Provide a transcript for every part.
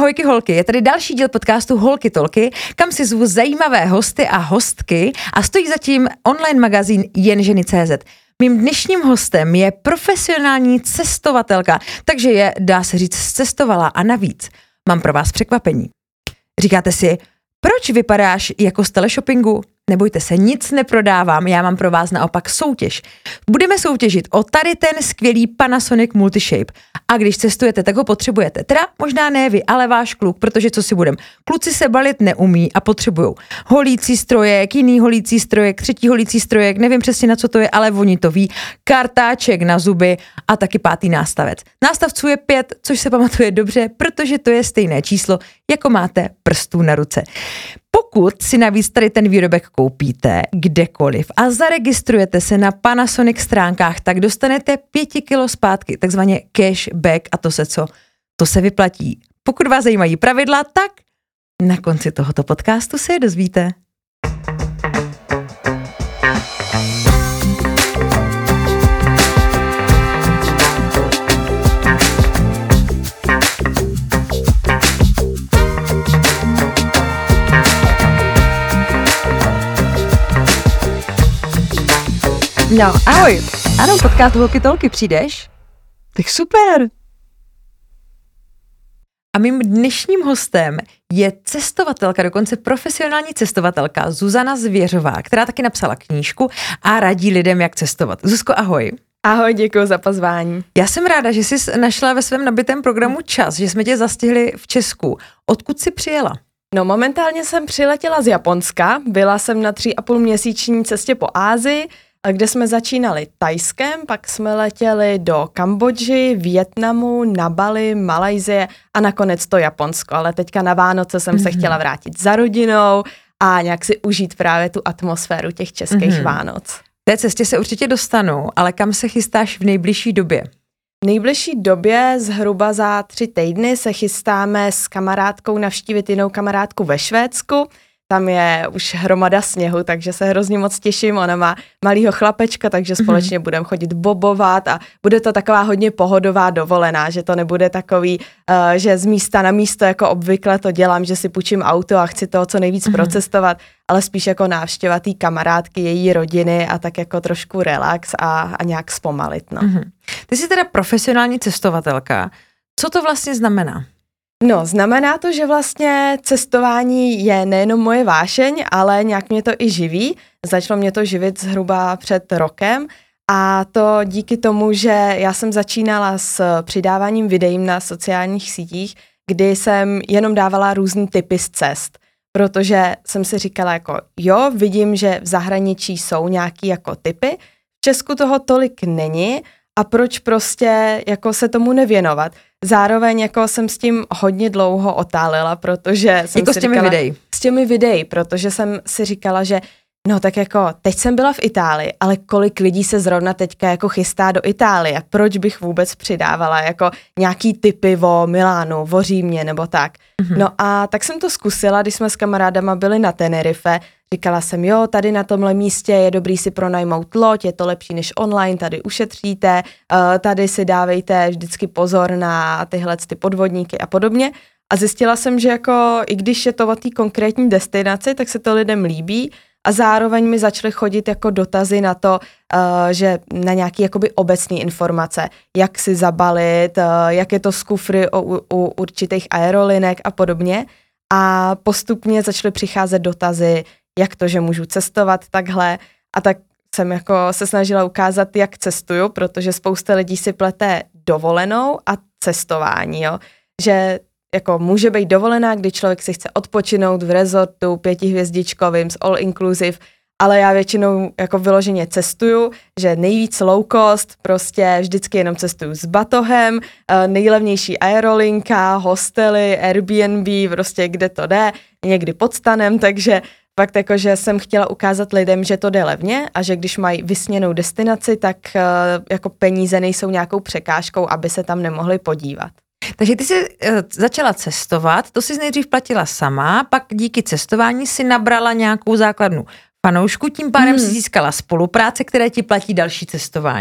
Ahojky holky, je tady další díl podcastu Holky Tolky, kam si zvu zajímavé hosty a hostky a stojí zatím online magazín jenženy.cz. Mým dnešním hostem je profesionální cestovatelka, takže je, dá se říct, cestovala a navíc mám pro vás překvapení. Říkáte si, proč vypadáš jako z teleshoppingu? Nebojte se, nic neprodávám, já mám pro vás naopak soutěž. Budeme soutěžit o tady ten skvělý Panasonic Multishape. A když cestujete, tak ho potřebujete. Teda možná ne vy, ale váš kluk, protože co si budem. Kluci se balit neumí a potřebujou holící strojek, jiný holící strojek, třetí holící strojek, nevím přesně na co to je, ale oni to ví. Kartáček na zuby a taky 5. nástavec. Nástavců je 5, což se pamatuje dobře, protože to je stejné číslo, jako máte prstů na ruce. Pokud si navíc tady ten výrobek koupíte kdekoliv a zaregistrujete se na Panasonic stránkách, tak dostanete 5 kilo zpátky, takzvaně cashback a to se vyplatí. Pokud vás zajímají pravidla, tak na konci tohoto podcastu se je dozvíte. No, ahoj. Ano, podcast Holky Tolky, přijdeš? Tak super. A mým dnešním hostem je cestovatelka, dokonce profesionální cestovatelka Zuzana Zvěřová, která taky napsala knížku a radí lidem, jak cestovat. Zuzko, ahoj. Ahoj, děkuji za pozvání. Já jsem ráda, že jsi našla ve svém nabitém programu čas, že jsme tě zastihli v Česku. Odkud jsi přijela? No, momentálně jsem přiletěla z Japonska, byla jsem na 3,5měsíční cestě po Asii, kde jsme začínali Thajskem, pak jsme letěli do Kambodži, Vietnamu, na Bali, Malajsie a nakonec to Japonsko. Ale teďka na Vánoce jsem se chtěla vrátit za rodinou a nějak si užít právě tu atmosféru těch českých Vánoc. Té cestě se určitě dostanu, ale kam se chystáš v nejbližší době? V nejbližší době, zhruba za 3 týdny, se chystáme s kamarádkou navštívit jinou kamarádku ve Švédsku. Tam je už hromada sněhu, takže se hrozně moc těším. Ona má malýho chlapečka, takže společně budeme chodit bobovat a bude to taková hodně pohodová dovolená, že to nebude takový, že z místa na místo jako obvykle to dělám, že si půjčím auto a chci toho co nejvíc procestovat, ale spíš jako návštěva té kamarádky, její rodiny a tak jako trošku relax a nějak zpomalit. No. Ty jsi teda profesionální cestovatelka. Co to vlastně znamená? No, znamená to, že vlastně cestování je nejenom moje vášeň, ale nějak mě to i živí. Začalo mě to živit zhruba před rokem a to díky tomu, že já jsem začínala s přidáváním videí na sociálních sítích, kdy jsem jenom dávala různý typy z cest, protože jsem si říkala jako jo, vidím, že v zahraničí jsou nějaký jako typy, v Česku toho tolik není a proč prostě jako se tomu nevěnovat. Zároveň jako jsem s tím hodně dlouho otálela, protože jsem jako si s těmi říkala, videí. S těmi videí, protože jsem si říkala, že no tak jako teď jsem byla v Itálii, ale kolik lidí se zrovna teďka jako chystá do Itálie, proč bych vůbec přidávala jako nějaký typy o Milánu, o Římě nebo tak. No a tak jsem to zkusila, když jsme s kamarádama byli na Tenerife. Říkala jsem, jo, tady na tomhle místě je dobrý si pronajmout loď, je to lepší než online, tady ušetříte, tady si dávejte vždycky pozor na tyhle ty podvodníky a podobně. A zjistila jsem, že jako i když je to o té konkrétní destinaci, tak se to lidem líbí a zároveň mi začaly chodit jako dotazy na to, že na nějaké jakoby obecné informace, jak si zabalit, jak je to s kufry u určitých aerolinek a podobně. A postupně začaly přicházet dotazy, jak to, že můžu cestovat takhle a tak jsem jako se snažila ukázat, jak cestuju, protože spousta lidí si plete dovolenou a cestování, jo, že jako může být dovolená, kdy člověk si chce odpočinout v resortu 5hvězdičkovým s all inclusive, ale já většinou jako vyloženě cestuju, že nejvíc low cost, prostě vždycky jenom cestuju s batohem, nejlevnější aerolinka, hostely, Airbnb, prostě kde to jde, někdy pod stanem, takže fakt jako, že jsem chtěla ukázat lidem, že to jde levně a že když mají vysněnou destinaci, tak jako peníze nejsou nějakou překážkou, aby se tam nemohli podívat. Takže ty jsi začala cestovat, to jsi nejdřív platila sama, pak díky cestování si nabrala nějakou základnu fanoušku, tím pádem si získala spolupráce, které ti platí další cestování.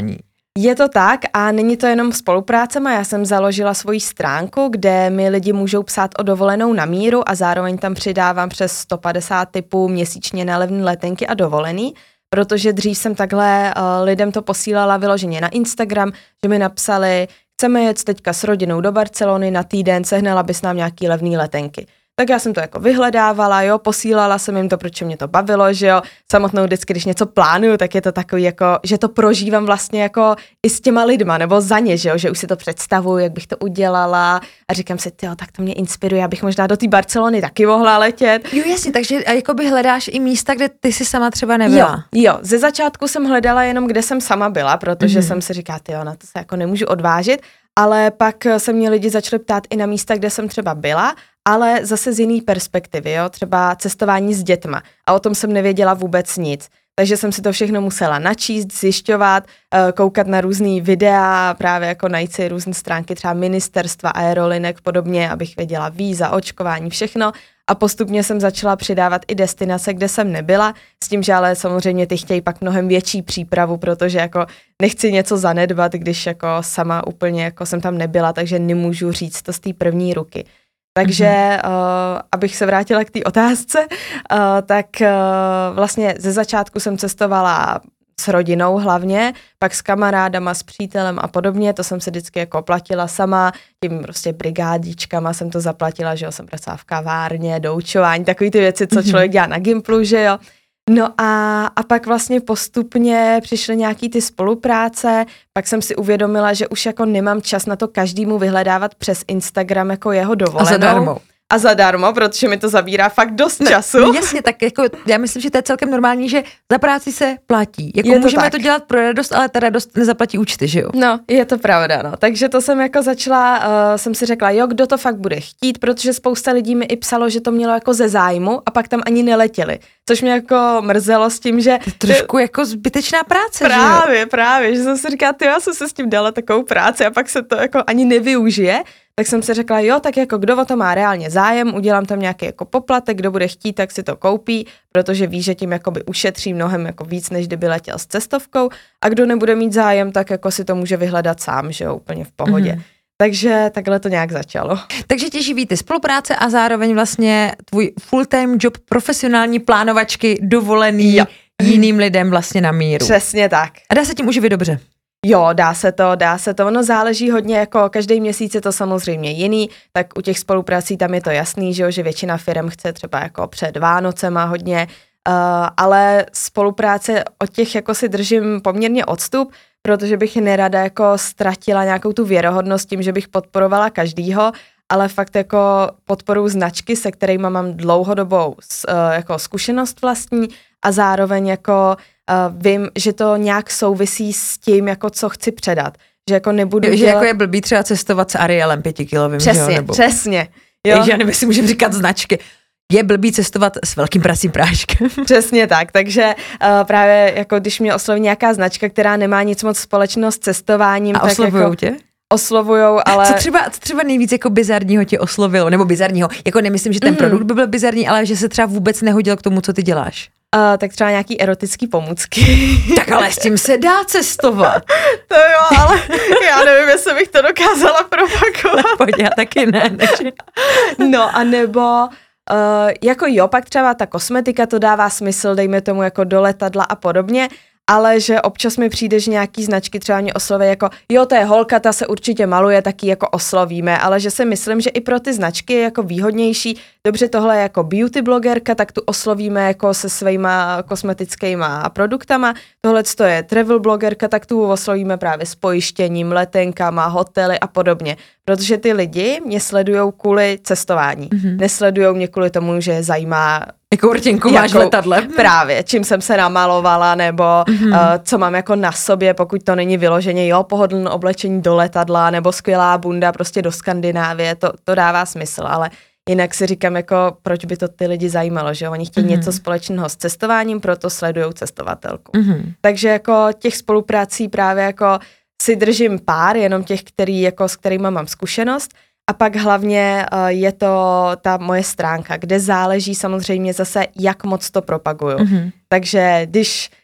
Je to tak a není to jenom spoluprácema, já jsem založila svoji stránku, kde mi lidi můžou psát o dovolenou na míru a zároveň tam přidávám přes 150 typů měsíčně na levné letenky a dovolený, protože dřív jsem takhle lidem to posílala vyloženě na Instagram, že mi napsali, chceme jet teďka s rodinou do Barcelony na týden, sehnala bys nám nějaký levný letenky. Tak já jsem to jako vyhledávala, jo, posílala jsem jim to, protože mě to bavilo, že jo, samotnou vždycky, když něco plánuju, tak je to takový jako, že to prožívám vlastně jako i s těma lidma, nebo za ně, že jo, že už si to představuju, jak bych to udělala a říkám si, tyjo, tak to mě inspiruje, abych možná do té Barcelony taky mohla letět. Jo, jasně, takže jakoby hledáš i místa, kde ty si sama třeba nebyla. Jo, ze začátku jsem hledala jenom, kde jsem sama byla, protože jsem si říkala, tyjo, na to se jako nemůžu odvážit, ale pak se mě lidi začali ptát i na místa, kde jsem třeba byla, ale zase z jiný perspektivy, jo, třeba cestování s dětma a o tom jsem nevěděla vůbec nic. Takže jsem si to všechno musela načíst, zjišťovat, koukat na různý videa, právě jako najít si různé stránky, třeba ministerstva, aerolinek, podobně, abych věděla víza, očkování, všechno. A postupně jsem začala přidávat i destinace, kde jsem nebyla, s tím, že ale samozřejmě ty chtějí pak mnohem větší přípravu, protože jako nechci něco zanedbat, když jako sama úplně jako jsem tam nebyla, takže nemůžu říct to z té první ruky. Takže abych se vrátila k té otázce, tak vlastně ze začátku jsem cestovala s rodinou hlavně, pak s kamarádama, s přítelem a podobně, to jsem se vždycky jako platila sama, tím prostě brigádičkama jsem to zaplatila, že jo, jsem pracovala v kavárně, doučování, takový ty věci, co člověk dělá na Gimplu, že jo. No a pak vlastně postupně přišly nějaký ty spolupráce, pak jsem si uvědomila, že už jako nemám čas na to každému vyhledávat přes Instagram jako jeho dovolenou. A zadarmo, protože mi to zabírá fakt dost času. No, jasně, tak jako já myslím, že to je celkem normální, že za práci se platí. Jako můžeme to dělat pro radost, ale ta radost nezaplatí účty, že jo? No, je to pravda, no. Takže to jsem jako začala, jsem si řekla, jo, kdo to fakt bude chtít, protože spousta lidí mi i psalo, že to mělo jako ze zájmu a pak tam ani neletěli. Což mě jako mrzelo s tím, že... To je trošku jako zbytečná práce, právě, že jo? Právě, že jsem si říkala, já jsem se s tím dala takovou práci a pak se to jako ani nevyužije. Tak jsem si řekla, jo, tak jako kdo o to má reálně zájem, udělám tam nějaký jako poplatek, kdo bude chtít, tak si to koupí, protože ví, že tím jakoby ušetří mnohem jako víc, než kdyby letěl s cestovkou a kdo nebude mít zájem, tak jako si to může vyhledat sám, že jo, úplně v pohodě. Takže takhle to nějak začalo. Takže tě živí ty spolupráce a zároveň vlastně tvůj full-time job profesionální plánovačky dovolený jiným lidem vlastně na míru. Přesně tak. A dá se tím uživit dobře? Jo, dá se to. Ono záleží hodně, jako každý měsíc je to samozřejmě jiný, tak u těch spoluprací tam je to jasný, že jo, že většina firem chce třeba jako před Vánocema hodně, ale spolupráce od těch jako si držím poměrně odstup, protože bych nerada jako ztratila nějakou tu věrohodnost tím, že bych podporovala každýho, ale fakt jako podporuji značky, se kterými mám dlouhodobou jako zkušenost vlastní a zároveň jako vím, že to nějak souvisí s tím, jako co chci předat. Že jako nebudu že jako je blbý třeba cestovat s Arielem 5kilovým, přesně, že jo? Nebo... Přesně. Jo? Já nevím, jestli můžeme říkat značky. Je blbý cestovat s velkým pracím práškem. Přesně tak, takže právě jako když mě osloví nějaká značka, která nemá nic moc společného s cestováním. A oslovujou jako, tě? Oslovujou, ale... Co třeba nejvíc jako bizarního tě oslovilo? Nebo bizarního, jako nemyslím, že ten produkt by byl bizarní, ale že se třeba vůbec nehodil k tomu, co ty děláš. Tak třeba nějaký erotický pomůcky. Tak ale s tím se dá cestovat. To jo, ale já nevím, jestli bych to dokázala propagovat. Pojď, já taky ne. No a nebo... jako jo, pak třeba ta kosmetika, to dává smysl, dejme tomu jako do letadla a podobně, ale že občas mi přijde, že nějaký značky třeba mě osloví jako jo, to je holka, ta se určitě maluje, tak ji jako oslovíme, ale že si myslím, že i pro ty značky je jako výhodnější, dobře, tohle je jako beauty blogerka, tak tu oslovíme jako se svýma kosmetickýma produktama, tohle je travel blogerka, tak tu oslovíme právě s pojištěním, letenkama, hotely a podobně, protože ty lidi mě sledujou kvůli cestování, nesledujou mě kvůli tomu, že je zajímá jakou rtěnku máš v letadle. Právě, čím jsem se namalovala, nebo co mám jako na sobě, pokud to není vyloženě, jo, pohodlné oblečení do letadla, nebo skvělá bunda prostě do Skandinávie, to dává smysl, ale jinak si říkám, jako proč by to ty lidi zajímalo, že oni chtějí něco společného s cestováním, proto sledujou cestovatelku. Takže jako těch spoluprací právě jako si držím pár, jenom těch, s kterýma mám zkušenost. A pak hlavně je to ta moje stránka, kde záleží samozřejmě zase, jak moc to propaguju. Takže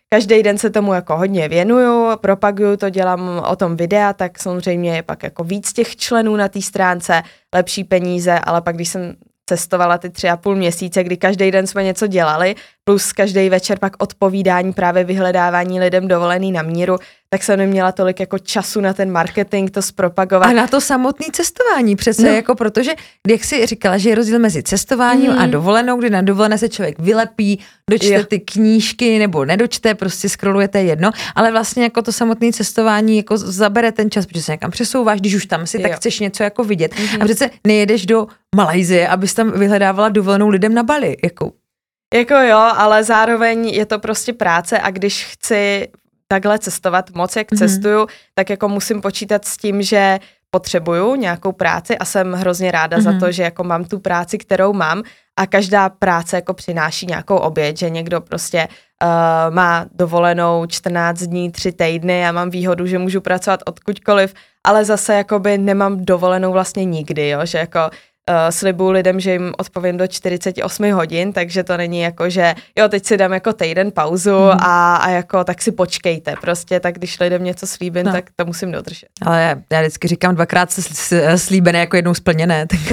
každý den se tomu jako hodně věnuju, propaguju to, dělám o tom videa, tak samozřejmě je pak jako víc těch členů na té stránce, lepší peníze, ale pak když jsem cestovala ty 3,5 měsíce, kdy každý den jsme něco dělali, plus každý večer pak odpovídání, právě vyhledávání lidem dovolený na míru, tak jsem neměla tolik jako času na ten marketing, to zpropagovat. A na to samotné cestování přece, jako protože, jak jsi říkala, že je rozdíl mezi cestováním a dovolenou, kdy na dovolené se člověk vylepí, dočte ty knížky nebo nedočte, prostě scrollujete jedno, ale vlastně jako to samotné cestování jako zabere ten čas, protože se někam přesouváš, když už tam si, tak chceš něco jako vidět. A přece nejedeš do Malajsie, abys tam vyhledávala dovolenou lidem na Bali, Jako jo, ale zároveň je to prostě práce a když chci takhle cestovat moc, jak cestuju, tak jako musím počítat s tím, že potřebuju nějakou práci a jsem hrozně ráda za to, že jako mám tu práci, kterou mám a každá práce jako přináší nějakou oběť, že někdo prostě má dovolenou 14 dní, 3 týdny a mám výhodu, že můžu pracovat odkudkoliv, ale zase jakoby nemám dovolenou vlastně nikdy, jo, že jako slibuju lidem, že jim odpovím do 48 hodin, takže to není jako, že jo, teď si dám jako týden pauzu a jako tak si počkejte prostě, tak když lidem něco slíbím, tak to musím dodržet. Ale já vždycky říkám 2krát slíbené jako jednou splněné. Tak...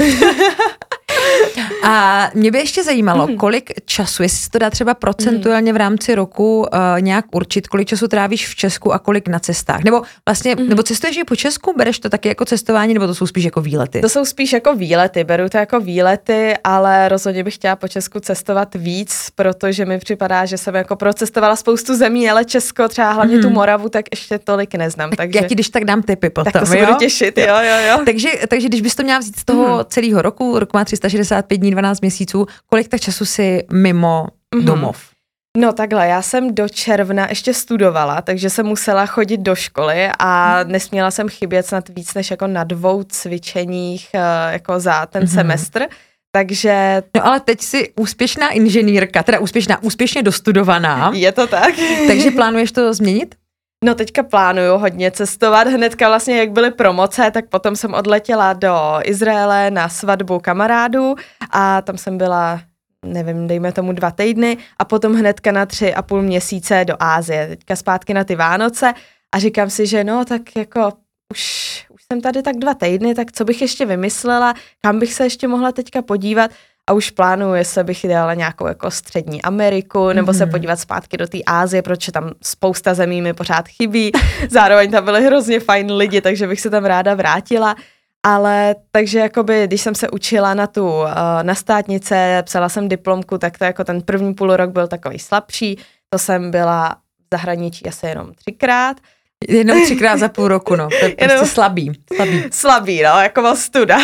A mě by ještě zajímalo, kolik času, jestli se to dá třeba procentuálně v rámci roku nějak určit, kolik času trávíš v Česku a kolik na cestách. Nebo vlastně, nebo cestuješ i po Česku, bereš to taky jako cestování, nebo to jsou spíš jako výlety? To jsou spíš jako výlety, beru to jako výlety, ale rozhodně bych chtěla po Česku cestovat víc, protože mi připadá, že jsem jako procestovala spoustu zemí, ale Česko, třeba hlavně tu Moravu, tak ještě tolik neznám. Takže... Já ti když tak dám tipy potom. Tak to se budu těšit, jo. Takže když bys to měla vzít z toho celého roku, rok má 365 dní, 12 měsíců, kolik tak času si mimo domov? No takhle, já jsem do června ještě studovala, takže jsem musela chodit do školy a nesměla jsem chybět snad víc než jako na 2 cvičeních jako za ten semestr. Takže... No ale teď jsi úspěšná inženýrka, teda úspěšně dostudovaná. Je to tak. Takže plánuješ to změnit? No teďka plánuju hodně cestovat, hnedka vlastně jak byly promoce, tak potom jsem odletěla do Izraele na svatbu kamarádů a tam jsem byla, nevím, dejme tomu 2 týdny a potom hnedka na 3,5 měsíce do Asie, teďka zpátky na ty Vánoce a říkám si, že no tak jako už jsem tady tak 2 týdny, tak co bych ještě vymyslela, kam bych se ještě mohla teďka podívat. A už plánuju, jestli bych dala nějakou jako střední Ameriku, nebo se podívat zpátky do té Asie, protože tam spousta zemí mi pořád chybí. Zároveň tam byly hrozně fajn lidi, takže bych se tam ráda vrátila. Ale takže jakoby, když jsem se učila na státnice, psala jsem diplomku, tak to jako ten první půlrok byl takový slabší. To jsem byla v zahraničí asi jenom 3krát. Jenom 3krát za půl roku, no. To je prostě slabý, no, jako ostuda.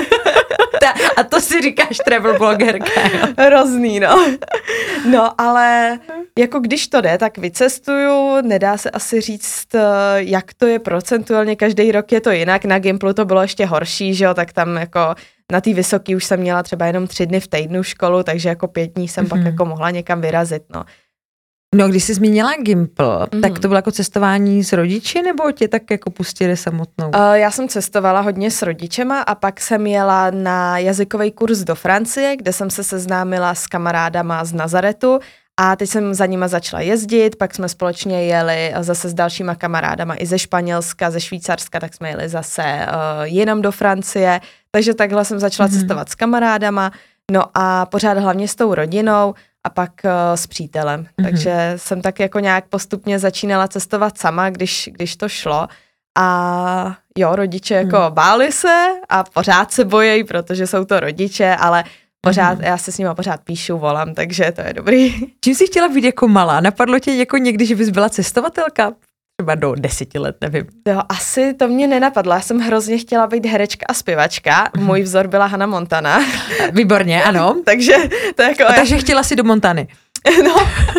A to si říkáš travel blogerka. Hrozný, no. No, ale jako když to jde, tak vycestuju, nedá se asi říct, jak to je procentuálně, každý rok je to jinak, na Gimplu to bylo ještě horší, že jo, tak tam jako na té vysoký už jsem měla třeba jenom 3 dny v týdnu školu, takže jako 5 dní jsem pak jako mohla někam vyrazit, no. No, když jsi zmínila Gimpl, tak to bylo jako cestování s rodiči, nebo tě tak jako pustili samotnou? Já jsem cestovala hodně s rodičema a pak jsem jela na jazykový kurz do Francie, kde jsem se seznámila s kamarádama z Nazaretu a teď jsem za nima začala jezdit, pak jsme společně jeli zase s dalšíma kamarádama i ze Španělska, ze Švýcarska, tak jsme jeli zase jenom do Francie, takže takhle jsem začala cestovat s kamarádama, no a pořád hlavně s tou rodinou, a pak s přítelem. Takže jsem tak jako nějak postupně začínala cestovat sama, když to šlo. A jo, rodiče jako báli se a pořád se bojejí, protože jsou to rodiče, ale pořád, já se s nima pořád píšu, volám, takže to je dobrý. Čím jsi chtěla být jako malá? Napadlo tě jako někdy, že bys byla cestovatelka? Třeba do 10 let, nevím. Jo, asi to mě nenapadlo. Já jsem hrozně chtěla být herečka a zpěvačka. Můj vzor byla Hannah Montana. Výborně, ano. Takže to jako... Takže chtěla si do Montany. No.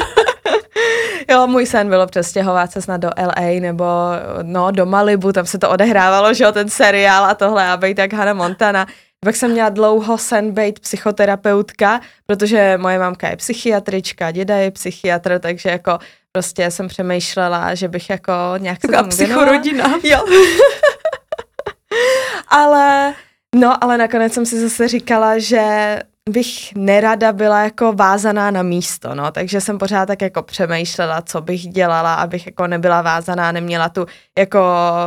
Jo, můj sen bylo přestěhovat se snad do LA nebo no, do Malibu, tam se to odehrávalo, že jo, ten seriál a tohle a být jak Hannah Montana. Pak jsem měla dlouho sen být psychoterapeutka, protože moje mámka je psychiatrička, děda je psychiatr, takže jako prostě jsem přemýšlela, že bych jako nějak se tomu psychorodina. Jo. ale nakonec jsem si zase říkala, že bych nerada byla jako vázaná na místo, no, takže jsem pořád tak jako přemýšlela, co bych dělala, abych jako nebyla vázaná, neměla tu jako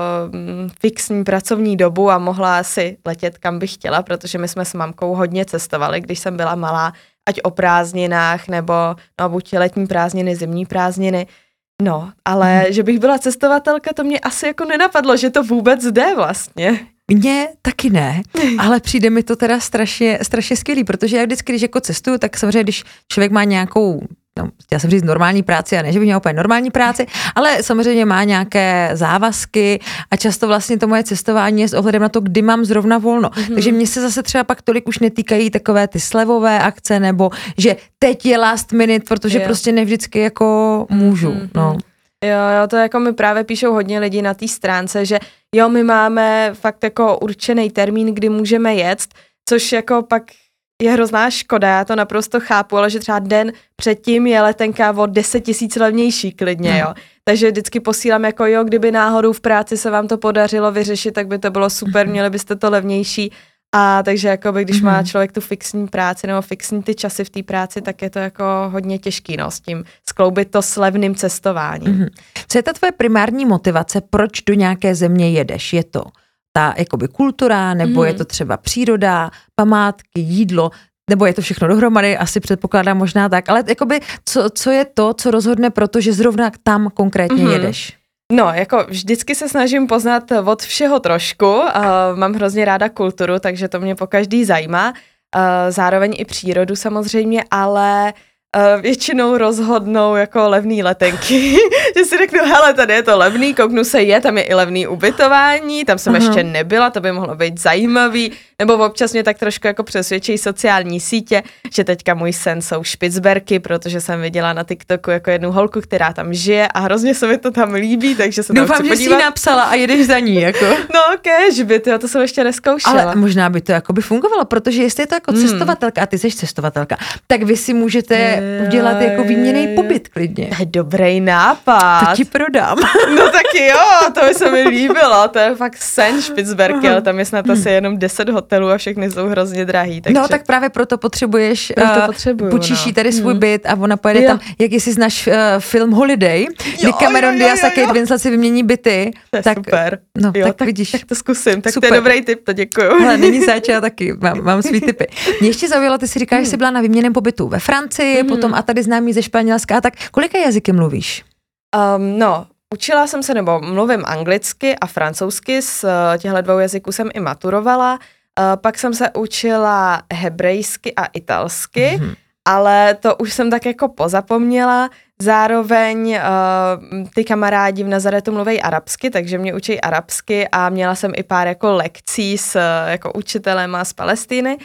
fixní pracovní dobu a mohla si letět kam bych chtěla, protože my jsme s mamkou hodně cestovali, když jsem byla malá, ať o prázdninách nebo no, buď letní prázdniny, zimní prázdniny. No, ale že bych byla cestovatelka, to mě asi jako nenapadlo, že to vůbec jde vlastně. Mně taky ne, ale přijde mi to teda strašně skvělý, protože já vždycky, když jako cestuju, tak samozřejmě, když člověk má nějakou, no, já jsem říct normální práci, a ne, že bych měla úplně normální práci, ale samozřejmě má nějaké závazky a často vlastně to moje cestování je s ohledem na to, kdy mám zrovna volno. Takže mě se zase třeba pak tolik už netýkají takové ty slevové akce, nebo že teď je last minute, protože prostě nevždycky jako můžu, no. Jo, to jako mi právě píšou hodně lidí na té stránce, že jo, my máme fakt jako určený termín, kdy můžeme jet, což jako pak je hrozná škoda, já to naprosto chápu, ale že třeba den předtím je letenka o 10 000 levnější klidně, jo. Takže vždycky posílám jako jo, kdyby náhodou v práci se vám to podařilo vyřešit, tak by to bylo super, měli byste to levnější. A takže jakoby, když má člověk tu fixní práci nebo fixní ty časy v té práci, tak je to jako hodně těžký, no, s tím skloubit to s levným cestováním. Co je ta tvoje primární motivace, proč do nějaké země jedeš? Je to ta jakoby kultura, nebo je to třeba příroda, památky, jídlo, nebo je to všechno dohromady, asi předpokládám možná tak, ale jakoby co je to, co rozhodne, protože zrovna tam konkrétně jedeš? No, jako vždycky se snažím poznat od všeho trošku, mám hrozně ráda kulturu, takže to mě pokaždý zajímá, zároveň i přírodu samozřejmě, ale většinou rozhodnou jako levný letenky, že si řeknu, hele, tady je to levný, kouknu se, tam je i levný ubytování, tam jsem ještě nebyla, to by mohlo být zajímavý, nebo občas mě tak trošku jako přesvědčí sociální sítě, že teďka můj sen jsou Špicberky, protože jsem viděla na TikToku jako jednu holku, která tam žije a hrozně se mi to tam líbí, takže se tam chci podívat. Doufám, že jsi napsala a jedeš za ní, jako. No, kežby, to jsem ještě neskoušela. Ale možná by to jako by fungovalo, protože jestli je to jako cestovatelka a ty jsi cestovatelka, tak vy si můžete udělat jako výměnný pobyt klidně. To je dobrý nápad. To ti prodám. No tak jo, to by se mi líbilo, to je fakt sen Špicberky, ale tam je snad asi jenom 10 hotelů a všechny jsou hrozně drahý. Takže... No tak právě proto potřebuješ, půjčíš jí tady svůj byt a ona pojede tam, jak jestli znáš film Holiday, kdy Cameron Diaz a Kate Winslet si vymění byty. To je tak, super. No, tak vidíš. Tak to zkusím, tak super. To je dobrý tip, to děkuju. Ale není záč, já taky mám svý tipy. Mě ještě zaujalo, ty si říkáš, že jsi byla na výměnném pobytu ve Francii, potom a tady známý ze Španělska, a tak kolika jazyky mluvíš? No, učila jsem se, nebo mluvím anglicky a francouzsky, z těchto 2 jazyků jsem i maturovala, pak jsem se učila hebrejsky a italsky, ale to už jsem tak jako pozapomněla, zároveň ty kamarádi v Nazaretu mluví arabsky, takže mě učí arabsky a měla jsem i pár jako lekcí s jako učitelema z Palestiny.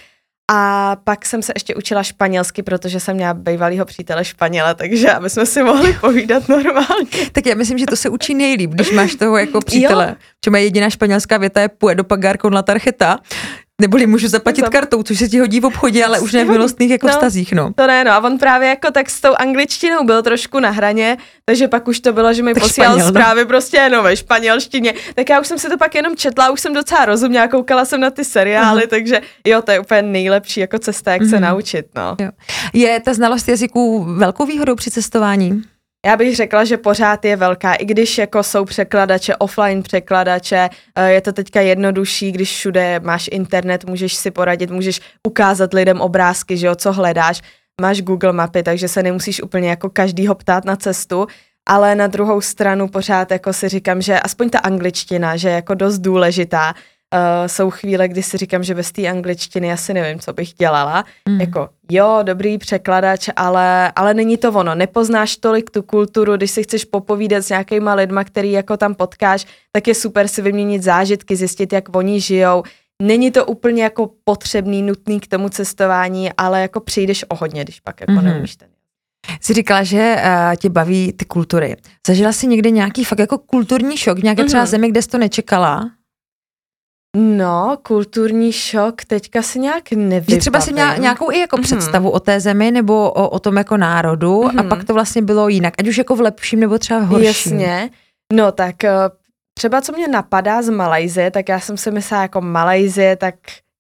A pak jsem se ještě učila španělsky, protože jsem měla bývalýho přítele Španěla, takže aby jsme si mohli povídat normálně. Tak já myslím, že to se učí nejlíp, když máš toho jako přítele. Že má jediná španělská věta je puedo pagar con la tarjeta, neboli můžu zaplatit kartou, což se ti hodí v obchodě, ale už ne v milostných jako vztazích, no. To ne, no a on právě jako tak s tou angličtinou byl trošku na hraně, takže pak už to bylo, že mi posílal zprávy prostě jenom ve španělštině. Tak já už jsem si to pak jenom četla, už jsem docela rozuměla, koukala jsem na ty seriály, takže jo, to je úplně nejlepší jako cesta, jak se naučit, no. Jo. Je ta znalost jazyků velkou výhodou při cestování? Já bych řekla, že pořád je velká, i když jako jsou překladače, offline překladače, je to teďka jednodušší, když všude máš internet, můžeš si poradit, můžeš ukázat lidem obrázky, že jo, co hledáš, máš Google mapy, takže se nemusíš úplně jako každýho ptát na cestu, ale na druhou stranu pořád jako si říkám, že aspoň ta angličtina, že je jako dost důležitá. Jsou chvíle, kdy si říkám, že bez té angličtiny asi nevím, co bych dělala. Jako jo, dobrý překladač, ale není to ono. Nepoznáš tolik tu kulturu, když si chceš popovídat s nějakýma lidma, který jako tam potkáš, tak je super si vyměnit zážitky, zjistit, jak oni žijou. Není to úplně jako potřebný, nutný k tomu cestování, ale jako přijdeš o hodně, když pak jako neumíš ten. Jsi říkala, že tě baví ty kultury. Zažila jsi někdy nějaký fakt jako kulturní šok v nějaké třeba zemi, kde jsi to nečekala? No, kulturní šok teďka si nějak nevybavím. Že třeba si měla nějakou i jako představu o té zemi nebo o tom jako národu a pak to vlastně bylo jinak, ať už jako v lepším nebo třeba v horším. Jasně, no tak třeba co mě napadá z Malajsie, tak já jsem si myslela jako Malajsie, tak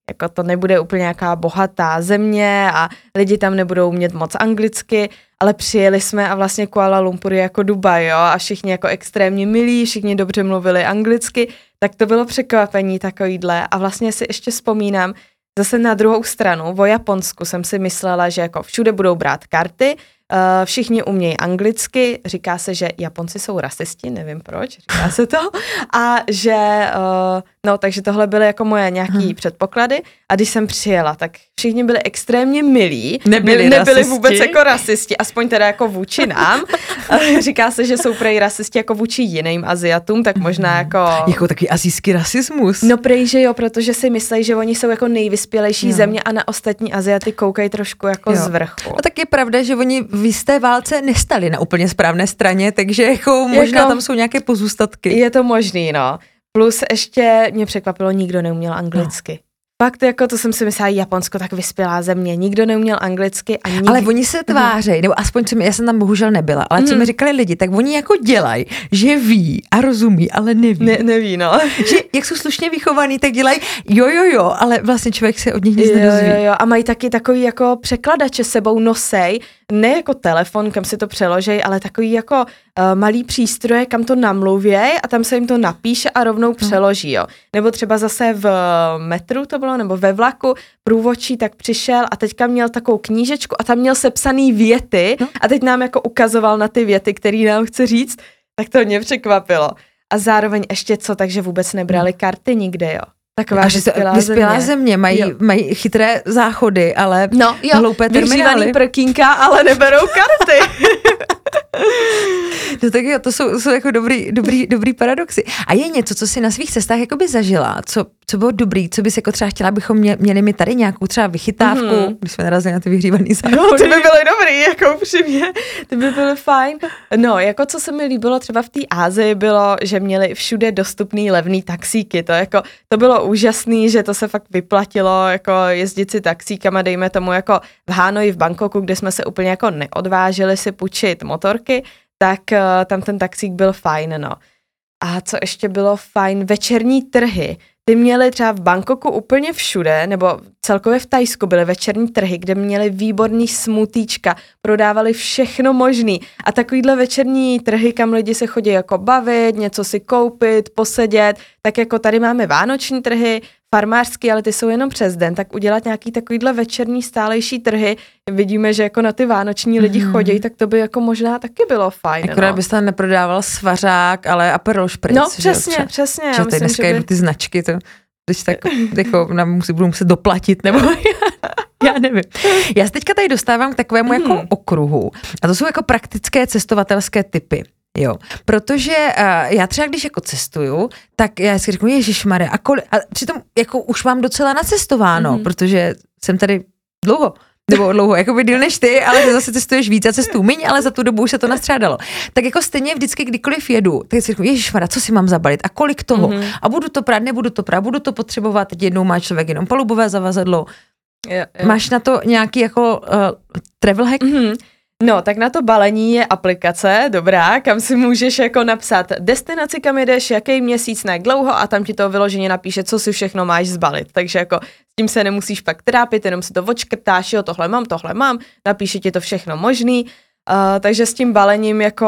jako to nebude úplně nějaká bohatá země a lidi tam nebudou umět moc anglicky, ale přijeli jsme a vlastně Kuala Lumpur je jako Dubaj, jo, a všichni jako extrémně milí, všichni dobře mluvili anglicky, tak to bylo překvapení takovýhle a vlastně si ještě vzpomínám, zase na druhou stranu, o Japonsku jsem si myslela, že jako všude budou brát karty, všichni umějí anglicky, říká se, že Japonci jsou rasisti, nevím proč, říká se to, a že, no takže tohle byly jako moje nějaký předpoklady a když jsem přijela, tak všichni byli extrémně milí, nebyli vůbec jako rasisti, aspoň teda jako vůči nám, říká se, že jsou prej rasisti jako vůči jiným Aziatům, tak možná jako... Jako takový asijský rasismus. No prej, že jo, protože si myslí, že oni jsou jako nejvyspělejší země a na ostatní Aziaty koukají trošku jako z vrchu. A tak je pravda, že oni v jisté válce nestali na úplně správné straně, takže jako možná tam jsou nějaké pozůstatky. Je to možný, no. Plus ještě mě překvapilo, nikdo neuměl anglicky. Fakt jako to jsem si myslela, Japonsko tak vyspělá země, nikdo neuměl anglicky a Ale oni se tvářejí, nebo aspoň já jsem tam bohužel nebyla, ale co mi říkali lidi, tak oni jako dělají, že ví a rozumí, ale neví. Neví, no. Že jak jsou slušně vychovaný, tak dělají jo, ale vlastně člověk se od nich nic nedozví. Jo, a mají taky takový jako překladače sebou nosej, ne jako telefon, kam si to přeložej, ale takový jako malý přístroje, kam to namluvěj a tam se jim to napíše a rovnou přeloží, jo. Nebo třeba zase v metru to bylo, nebo ve vlaku, průvodčí tak přišel a teďka měl takovou knížečku a tam měl sepsaný věty a teď nám jako ukazoval na ty věty, který nám chce říct, tak to mě překvapilo. A zároveň ještě co, takže vůbec nebrali karty nikde, jo. Taková vyspělá země mají chytré záchody, ale hloupé terminály. Prkínka, ale neberou karty. No tak jo, to jsou jako dobrý paradoxy. A je něco, co jsi na svých cestách jakoby zažila, co bylo dobrý, co bys jako třeba chtěla, abychom měli mi tady nějakou třeba vychytávku, když jsme narazili na ty vyhřívaný záchody. No, ty by byly dobrý, jako upřímně, ty by byly fajn. No, jako co se mi líbilo třeba v té Asii bylo, že měli všude dostupný levný taxíky, to bylo úžasný, že to se fakt vyplatilo, jako jezdit si taxíkama, dejme tomu jako v Hanoji, v Bangkoku, kde jsme se úplně jako neodvážili si půjčit motorky, tak tam ten taxík byl fajn, no. A co ještě bylo fajn, večerní trhy. Ty měli třeba v Bangkoku úplně všude, nebo celkově v Thajsku byly večerní trhy, kde měli výborný smutíčka, prodávali všechno možný. A takovýhle večerní trhy, kam lidi se chodí jako bavit, něco si koupit, posedět, tak jako tady máme vánoční trhy, farmářský, ale ty jsou jenom přes den, tak udělat nějaký takovýhle večerní stálejší trhy, vidíme, že jako na ty vánoční lidi chodí, tak to by jako možná taky bylo fajn. Akorát bys tam neprodával svařák, ale Aperol Spritz. No přesně. Že dneska jdu ty značky, to když tak jako budu muset doplatit, nebo já nevím. Já se teďka tady dostávám k takovému jako okruhu a to jsou jako praktické cestovatelské typy. Jo, protože já třeba když jako cestuju, tak já si řeknu, ježišmarja, a přitom jako už mám docela nacestováno, protože jsem tady dlouho, jako díl než ty, ale ty zase cestuješ víc, já cestuju míň, ale za tu dobu už se to nastřádalo. Tak jako stejně vždycky, kdykoliv jedu, tak si řeknu, ježišmarja, co si mám zabalit a kolik toho? A budu to prát, nebudu to prát, budu to potřebovat, teď jednou má člověk jenom palubové zavazadlo. Jo. Máš na to nějaký jako travel hack? No, tak na to balení je aplikace, dobrá, kam si můžeš jako napsat destinaci, kam jedeš, jaký měsíc, na jak dlouho a tam ti to vyloženě napíše, co si všechno máš zbalit. Takže jako s tím se nemusíš pak trápit, jenom si to odškrtáš, jo, tohle mám, napíše ti to všechno možný. Takže s tím balením jako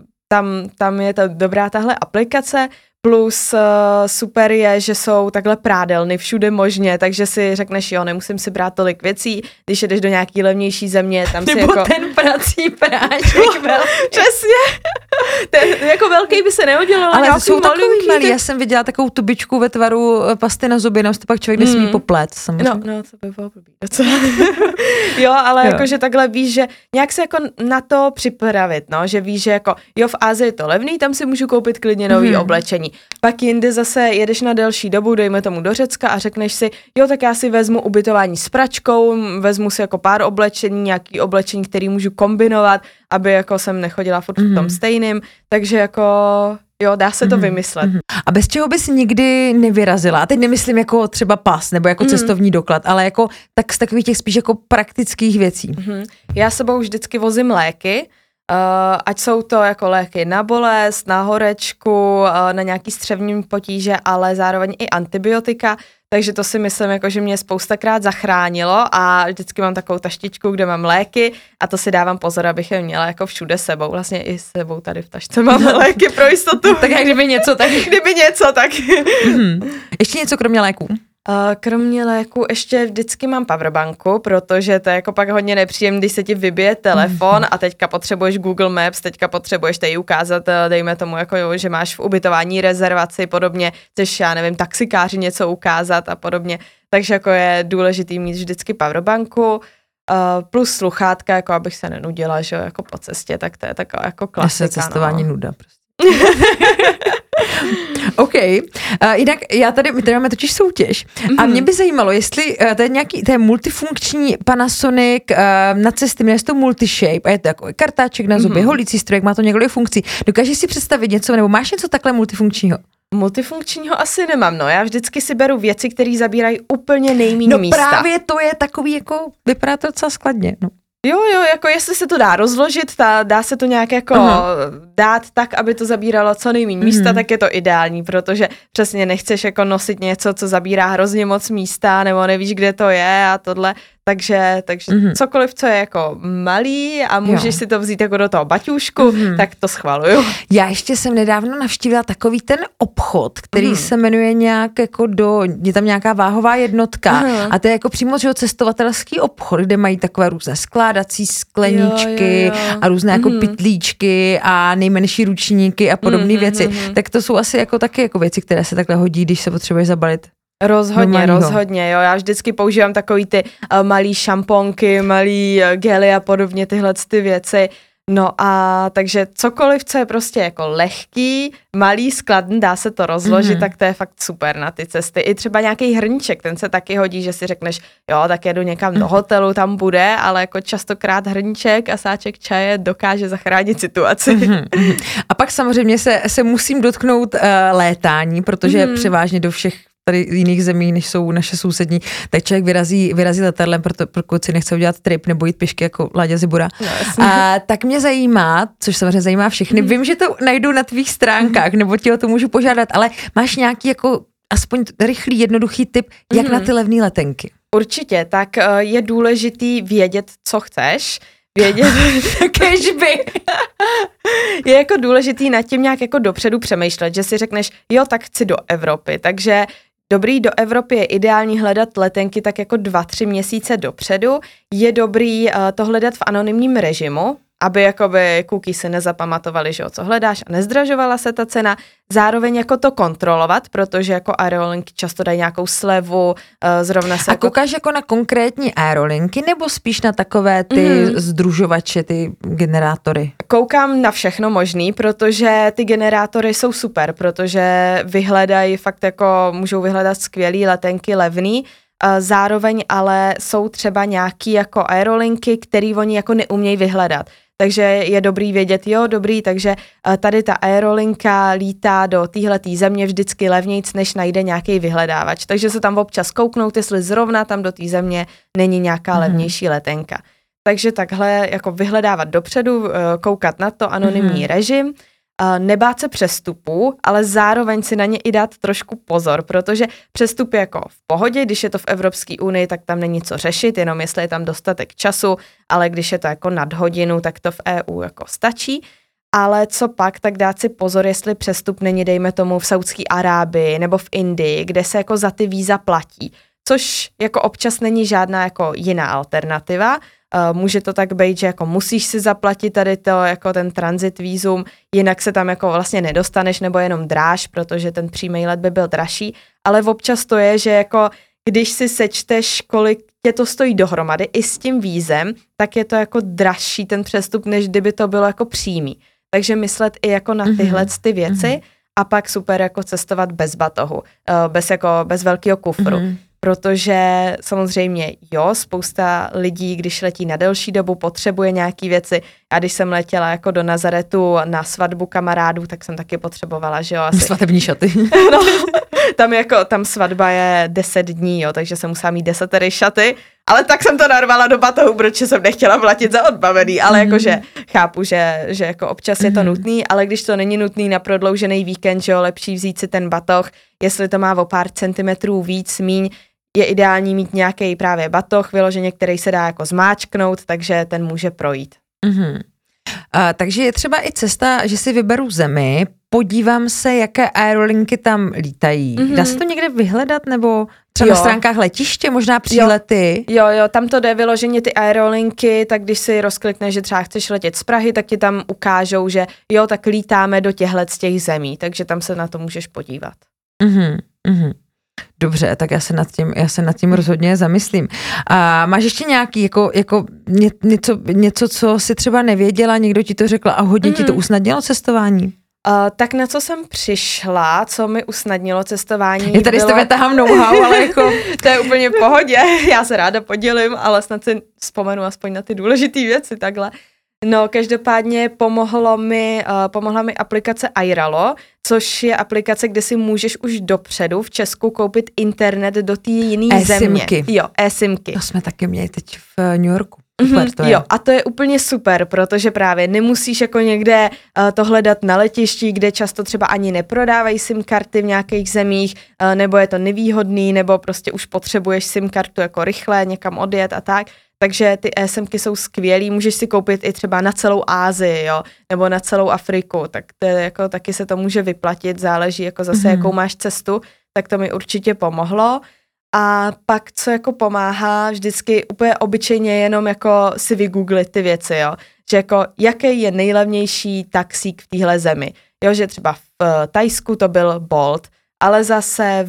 tam je to dobrá tahle aplikace. Plus super je, že jsou takhle prádelny všude možně, takže si řekneš, jo, nemusím si brát tolik věcí, když jedeš do nějaký levnější země, tam si nebo jako... ten prací práček velký. Přesně. Ten jako velký by se neudělal. Ale jsou takový malý, já jsem viděla takovou tubičku ve tvaru pasty na zuby, no to pak člověk nesmí poplet, samozřejmě. No, to by bylo blbý docela. Jo, ale jakože takhle víš, že nějak se jako na to připravit, no, že víš, že jako jo, v Asii je to levný, tam si můžu koupit klidně nový oblečení. Pak jinde zase jedeš na delší dobu, dejme tomu do Řecka a řekneš si, jo, tak já si vezmu ubytování s pračkou, vezmu si jako pár oblečení, nějaký oblečení, který můžu kombinovat, aby jako jsem nechodila furt v tom stejným, takže jako jo, dá se to vymyslet. A bez čeho bys nikdy nevyrazila? A teď nemyslím jako třeba pas nebo jako cestovní doklad, ale jako tak z takových těch spíš jako praktických věcí. Já s sebou vždycky vozím léky, Ať jsou to jako léky na bolest, na horečku, na nějaký střevní potíže, ale zároveň i antibiotika, takže to si myslím, jako, že mě spoustakrát zachránilo a vždycky mám takovou taštičku, kde mám léky a to si dávám pozor, abych je měla jako všude sebou. Vlastně i sebou tady v tašce mám léky pro jistotu. Tak jak kdyby něco, tak... Kdyby něco, tak... Ještě něco kromě léků? Kromě léku ještě vždycky mám powerbanku, protože to je jako pak hodně nepříjemné, když se ti vybije telefon a teďka potřebuješ Google Maps, teďka potřebuješ tady ukázat, dejme tomu, jako, že máš v ubytování rezervaci, podobně, chceš, já nevím, taxikáři něco ukázat a podobně, takže jako je důležitý mít vždycky powerbanku, plus sluchátka, jako abych se nenudila, že jako po cestě, tak to je taková jako klasika. Cestování nuda prostě. OK. Jinak my tady máme totiž soutěž a mě by zajímalo, jestli to je nějaký, to je multifunkční Panasonic na cesty, jmenuje se to Multishape a je to jako kartáček na zuby, holící strojek, má to několik funkcí. Dokážeš si představit něco, nebo máš něco takhle multifunkčního? Multifunkčního asi nemám, no. Já vždycky si beru věci, které zabírají úplně nejméně místa. No právě to je takový, jako vypadá to docela skladně, no. Jo, jako jestli se to dá rozložit, dá se to nějak jako dát tak, aby to zabíralo co nejméně místa, tak je to ideální, protože přesně nechceš jako nosit něco, co zabírá hrozně moc místa, nebo nevíš, kde to je a tohle, takže cokoliv, co je jako malý a můžeš si to vzít jako do toho baťůžku, tak to schvaluju. Já ještě jsem nedávno navštívila takový ten obchod, který se jmenuje nějak jako je tam nějaká váhová jednotka a to je jako přímo cestovatelský obchod, kde mají takové různé skládací skleničky a různé jako pytlíčky a nejmenší ručníky a podobné věci. Tak to jsou asi jako taky jako věci, které se takhle hodí, když se potřebuješ zabalit. Rozhodně, jo. Já vždycky používám takový ty malý šamponky, malý gely a podobně tyhle ty věci. No a takže cokoliv, co je prostě jako lehký, malý, skladný, dá se to rozložit, tak to je fakt super na ty cesty. I třeba nějaký hrníček, ten se taky hodí, že si řekneš, jo, tak jedu někam do hotelu, tam bude, ale jako častokrát hrníček a sáček čaje dokáže zachránit situaci. A pak samozřejmě se musím dotknout létání, protože převážně do všech tady jiných zemí, než jsou naše sousední, tak člověk vyrazí letadlem, pokud si nechce udělat trip nebo jít pěšky jako Láďa Zibura. No, tak mě zajímá, což samozřejmě zajímá všechny, vím, že to najdu na tvých stránkách, nebo ti o to můžu požádat, ale máš nějaký jako aspoň rychlý, jednoduchý tip, jak na ty levné letenky? Určitě, tak je důležitý vědět, co chceš, Kežby. Je jako důležitý nad tím nějak jako dopředu přemýšlet, že si řekneš, jo, tak chci do Evropy, takže dobrý, do Evropy je ideální hledat letenky tak jako 2-3 měsíce dopředu, je dobrý to hledat v anonymním režimu, aby jakoby cookies si nezapamatovali, že co hledáš a nezdražovala se ta cena, zároveň jako to kontrolovat, protože jako aerolinky často dají nějakou slevu, zrovna se... A koukáš jako na konkrétní aerolinky nebo spíš na takové ty združovače, ty generátory? Koukám na všechno možný, protože ty generátory jsou super, protože vyhledají fakt jako, můžou vyhledat skvělý letenky levný, zároveň ale jsou třeba nějaký jako aerolinky, který oni jako neumějí vyhledat. Takže je dobrý vědět, takže tady ta aerolinka lítá do téhletý země vždycky levnějc, než najde nějaký vyhledávač. Takže se tam občas kouknout, jestli zrovna tam do té země není nějaká levnější letenka. Takže takhle jako vyhledávat dopředu, koukat na to, anonymní režim, nebát se přestupů, ale zároveň si na ně i dát trošku pozor, protože přestup je jako v pohodě, když je to v Evropské unii, tak tam není co řešit, jenom jestli je tam dostatek času, ale když je to jako nad hodinu, tak to v EU jako stačí. Ale co pak, tak dát si pozor, jestli přestup není, dejme tomu, v Saudské Arábii nebo v Indii, kde se jako za ty víza platí, což jako občas není žádná jako jiná alternativa. Může to tak být, že jako musíš si zaplatit tady to, jako ten transit vízum, jinak se tam jako vlastně nedostaneš nebo jenom dráž, protože ten přímý let by byl dražší, ale občas to je, že jako když si sečteš, kolik tě to stojí dohromady i s tím vízem, tak je to jako dražší ten přestup, než kdyby to bylo jako přímý. Takže myslet i jako na tyhle ty věci a pak super jako cestovat bez batohu, bez velkého kufru. Protože samozřejmě spousta lidí, když letí na delší dobu, potřebuje nějaký věci. Já když jsem letěla jako do Nazaretu na svatbu kamarádů, tak jsem taky potřebovala, že jo. Asi... Svatební šaty. Tam svatba je 10 dní, takže jsem musela mít 10 šaty Ale tak jsem to narvala do batohu, protože jsem nechtěla platit za odbavený, ale jakože chápu, že jako občas je to nutný, ale když to není nutný na prodloužený víkend, že jo, lepší vzít si ten batoh, jestli to má o pár centimetrů víc, míň, je ideální mít nějaký právě batoh, vyloženě, který se dá jako zmáčknout, takže ten může projít. Takže je třeba i cesta, že si vyberu zemi, podívám se, jaké aerolinky tam lítají. Dá se to někde vyhledat, nebo třeba na stránkách letiště, možná přílety? Jo, tam to jde vyloženě ty aerolinky, tak když si rozklikneš, že třeba chceš letět z Prahy, tak ti tam ukážou, že jo, tak lítáme do těchhle z těch zemí, takže tam se na to můžeš podívat. Dobře, tak já se nad tím rozhodně zamyslím. A máš ještě nějaký jako něco, co si třeba nevěděla, někdo ti to řekl a hodně ti to usnadnilo cestování? Tak na co jsem přišla, co mi usnadnilo cestování. Já tady s tebe tahám know-how, ale jako to je úplně v pohodě, já se ráda podělím, ale snad si vzpomenu aspoň na ty důležité věci takhle. No, každopádně pomohla mi aplikace Airalo, což je aplikace, kde si můžeš už dopředu v Česku koupit internet do té jiné země. Jo, eSIMky. To jsme taky měli teď v New Yorku. Jo, a to je úplně super, protože právě nemusíš jako někde to hledat na letišti, kde často třeba ani neprodávají SIM karty v nějakých zemích, nebo je to nevýhodný, nebo prostě už potřebuješ SIM kartu jako rychle někam odjet a tak. Takže ty eSIMky jsou skvělý, můžeš si koupit i třeba na celou Asii, jo, nebo na celou Afriku, tak to je jako taky se to může vyplatit, záleží jako zase jakou máš cestu, tak to mi určitě pomohlo. A pak, co jako pomáhá, vždycky úplně obyčejně jenom jako si vygooglit ty věci, jo, že jako jaký je nejlevnější taxík v téhle zemi, jo, že třeba v Thajsku to byl Bolt, ale zase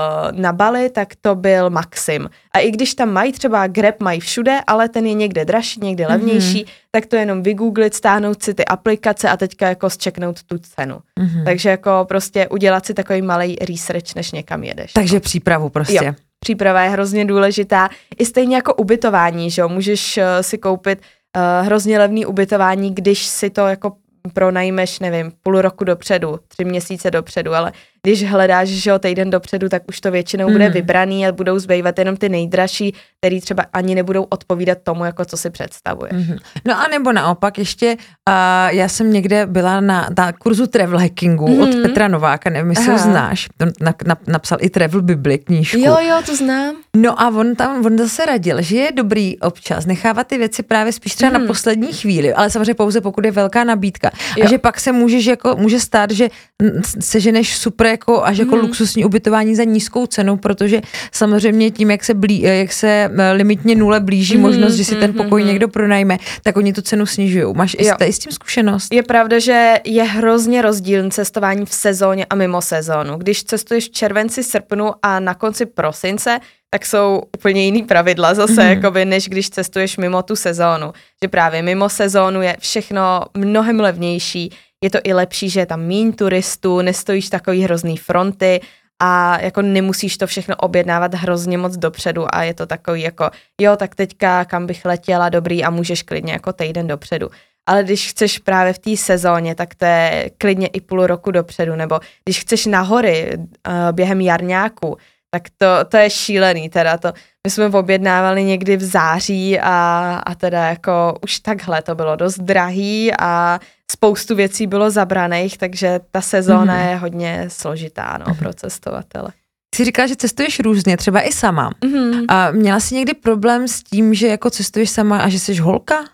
na Bali tak to byl Maxim. A i když tam mají třeba Grab, mají všude, ale ten je někde dražší, někde levnější, tak to jenom vygooglit, stáhnout si ty aplikace a teďka jako zčeknout tu cenu. Takže jako prostě udělat si takový malý research, než někam jedeš. Takže přípravu prostě. Jo, příprava je hrozně důležitá. I stejně jako ubytování, že jo, můžeš si koupit hrozně levný ubytování, když si to jako pronajmeš, nevím, půl roku dopředu, 3 měsíce dopředu, ale když hledáš, že jo, týden dopředu, tak už to většinou bude vybraný a budou zbývat jenom ty nejdražší, který třeba ani nebudou odpovídat tomu, jako co si představuješ. No a nebo naopak ještě, já jsem někde byla na kurzu travel hackingu od Petra Nováka, nevím, jestli ho znáš, napsal i Travel Bibli knížku. Jo, to znám. No a on zase radil, že je dobrý občas nechávat ty věci právě spíš třeba na poslední chvíli, ale samozřejmě pouze pokud je velká nabídka. A že pak se může stát, že seženeš super jako až jako luxusní ubytování za nízkou cenu, protože samozřejmě tím, jak se limitně nule blíží možnost, že si ten pokoj někdo pronajme, tak oni tu cenu snižují. Máš i s tím zkušenost? Je pravda, že je hrozně rozdílný cestování v sezóně a mimo sezónu. Když cestuješ v červenci, srpnu a na konci prosince, tak jsou úplně jiný pravidla zase, jakoby, než když cestuješ mimo tu sezónu. Že právě mimo sezónu je všechno mnohem levnější, je to i lepší, že je tam míň turistů, nestojíš takový hrozný fronty a jako nemusíš to všechno objednávat hrozně moc dopředu a je to takový jako, jo, tak teďka kam bych letěla, dobrý, a můžeš klidně jako týden dopředu. Ale když chceš právě v té sezóně, tak to je klidně i půl roku dopředu, nebo když chceš na hory během jarňáku, tak to je šílený teda to. My jsme objednávali někdy v září a teda jako už takhle to bylo dost drahý a spoustu věcí bylo zabraných, takže ta sezóna je hodně složitá pro cestovatele. Jsi říkala, že cestuješ různě, třeba i sama. A měla jsi někdy problém s tím, že jako cestuješ sama a že jsi holka?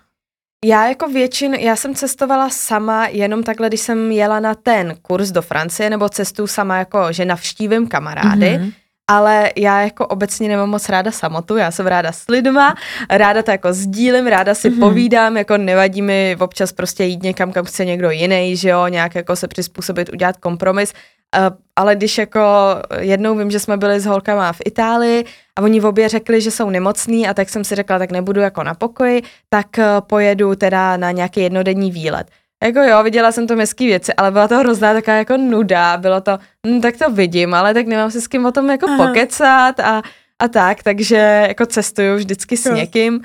Já jsem cestovala sama jenom takhle, když jsem jela na ten kurz do Francie, nebo cestuju sama jako, že navštívím kamarády, ale já jako obecně nemám moc ráda samotu, já jsem ráda s lidma, ráda to jako sdílím, ráda si povídám, jako nevadí mi občas prostě jít někam, kam chce někdo jiný, že jo, nějak jako se přizpůsobit, udělat kompromis, ale když jako jednou vím, že jsme byli s holkama v Itálii a oni obě řekli, že jsou nemocný a tak jsem si řekla, tak nebudu jako na pokoji, tak pojedu teda na nějaký jednodenní výlet. Jako jo, viděla jsem to hezký věci, ale byla to hrozná taková jako nuda, bylo to, tak to vidím, ale tak nemám si s kým o tom jako pokecat a tak, takže jako cestuju vždycky s někým,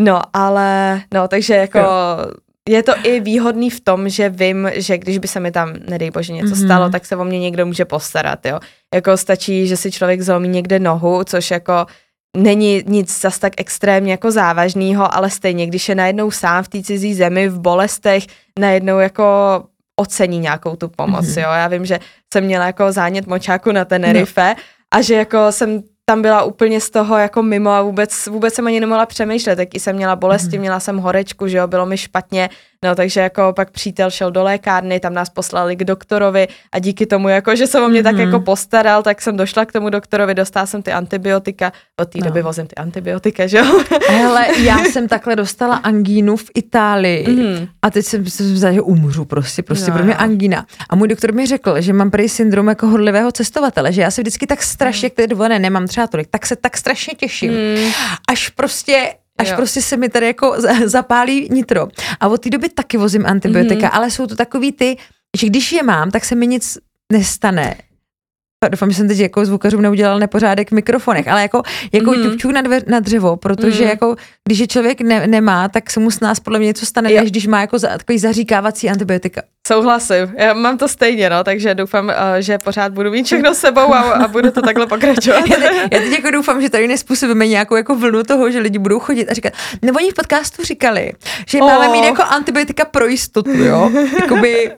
takže jako je to i výhodný v tom, že vím, že když by se mi tam, nedej bože, něco stalo, tak se o mě někdo může postarat, jo. Jako stačí, že si člověk zlomí někde nohu, což jako není nic zas tak extrémně jako závažného, ale stejně, když je najednou sám v té cizí zemi, v bolestech, najednou jako ocení nějakou tu pomoc, jo. Já vím, že jsem měla jako zánět močáku na Tenerife a že jako jsem tam byla úplně z toho jako mimo a vůbec jsem ani nemohla přemýšlet, taky jsem měla bolesti, měla jsem horečku, že jo, bylo mi špatně, no takže jako pak přítel šel do lékárny, tam nás poslali k doktorovi a díky tomu jako, že se o mě tak jako postaral, tak jsem došla k tomu doktorovi, dostala jsem ty antibiotika, od té doby vozím ty antibiotika, že jo. Hele, já jsem takhle dostala angínu v Itálii a teď jsem vzala, že umřu prostě pro mě angína. A můj doktor mi řekl, že mám prý syndrom jako horlivého cestovatele, že já se vždycky tak strašně, které dovolené nemám třeba tolik, tak se tak strašně těším. Až prostě se mi tady jako zapálí nitro. A od té doby taky vozím antibiotika, ale jsou to takový ty, že když je mám, tak se mi nic nestane. Doufám, že jsem teď jako zvukařům neudělal nepořádek v mikrofonech, ale jako ťupčuk na dřevo, protože jako když je člověk nemá, tak se mu s nás podle mě něco stane, než když má jako takový zaříkávací antibiotika. Souhlasím, já mám to stejně, no, takže doufám, že pořád budu mít všechno s sebou a budu to takhle pokračovat. Já teď jako doufám, že tady nespůsobíme nějakou jako vlnu toho, že lidi budou chodit a říkat, nebo oni v podcastu říkali, že máme mít jako antibiotika pro jistotu, jo, jakoby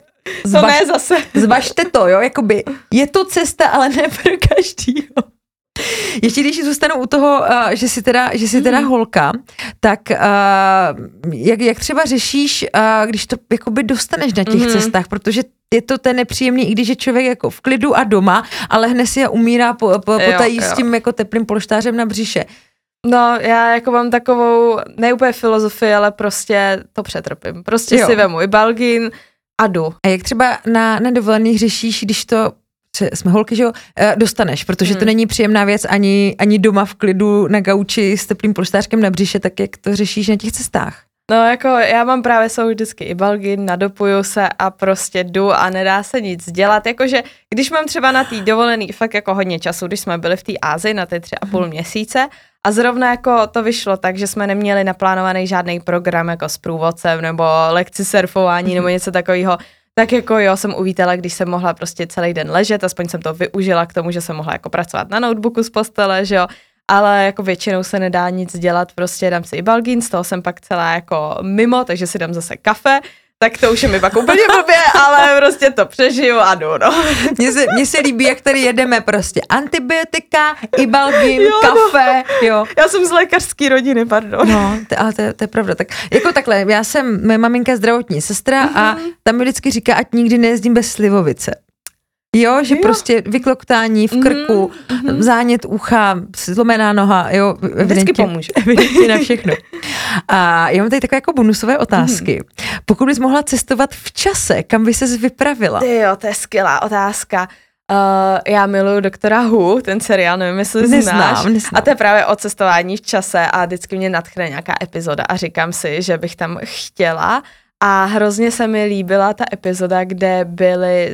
zvažte to, jo, jakoby je to cesta, ale ne pro každýho. Ještě když zůstanu u toho, že jsi teda holka, tak jak třeba řešíš, když to jakoby dostaneš na těch cestách, protože je to ten nepříjemný, i když je člověk jako v klidu a doma, ale hned si a umírá potají s tím jako teplým polštářem na břiše. No, já jako mám takovou, ne úplně filozofii, ale prostě to přetrpím. Prostě si vemu Ibalgin a jdu. A jak třeba na dovolených řešíš, když to, jsme holky, že jo, dostaneš, protože to není příjemná věc ani doma v klidu na gauči s teplým polštářkem na břiše, tak jak to řešíš na těch cestách? No jako já mám právě vždycky Ibalgin, nadopuju se a prostě jdu a nedá se nic dělat, jakože když mám třeba na té dovolený fakt jako hodně času, když jsme byli v té Asii na ty 3,5 měsíce a zrovna jako to vyšlo tak, že jsme neměli naplánovaný žádný program jako s průvodcem nebo lekci surfování nebo něco takového, tak jako jo, jsem uvítala, když jsem mohla prostě celý den ležet, aspoň jsem to využila k tomu, že jsem mohla jako pracovat na notebooku z postele, že jo, ale jako většinou se nedá nic dělat, prostě dám si Ibalgin, z toho jsem pak celá jako mimo, takže si dám zase kafe, tak to už je mi pak úplně blbě, ale prostě to přežiju a jdu, no. Mně se líbí, jak tady jedeme prostě antibiotika, Ibalgin, kafe, jo. Já jsem z lékařské rodiny, pardon. No, ale to je pravda. Tak, jako takhle, moje maminka je zdravotní sestra a tam mi vždycky říká, ať nikdy nejezdím bez slivovice. Jo, že prostě vykloktání v krku, zánět ucha, zlomená noha, jo. Vždycky pomůže. Evidentně na všechno. A já mám tady takové jako bonusové otázky. Pokud bys mohla cestovat v čase, kam by ses vypravila? Jo, to je skvělá otázka. Já miluju Doktora Who, ten seriál, nevím, jestli znáš. Neznám. A to je právě o cestování v čase a vždycky mě nadchne nějaká epizoda a říkám si, že bych tam chtěla. A hrozně se mi líbila ta epizoda, kde byli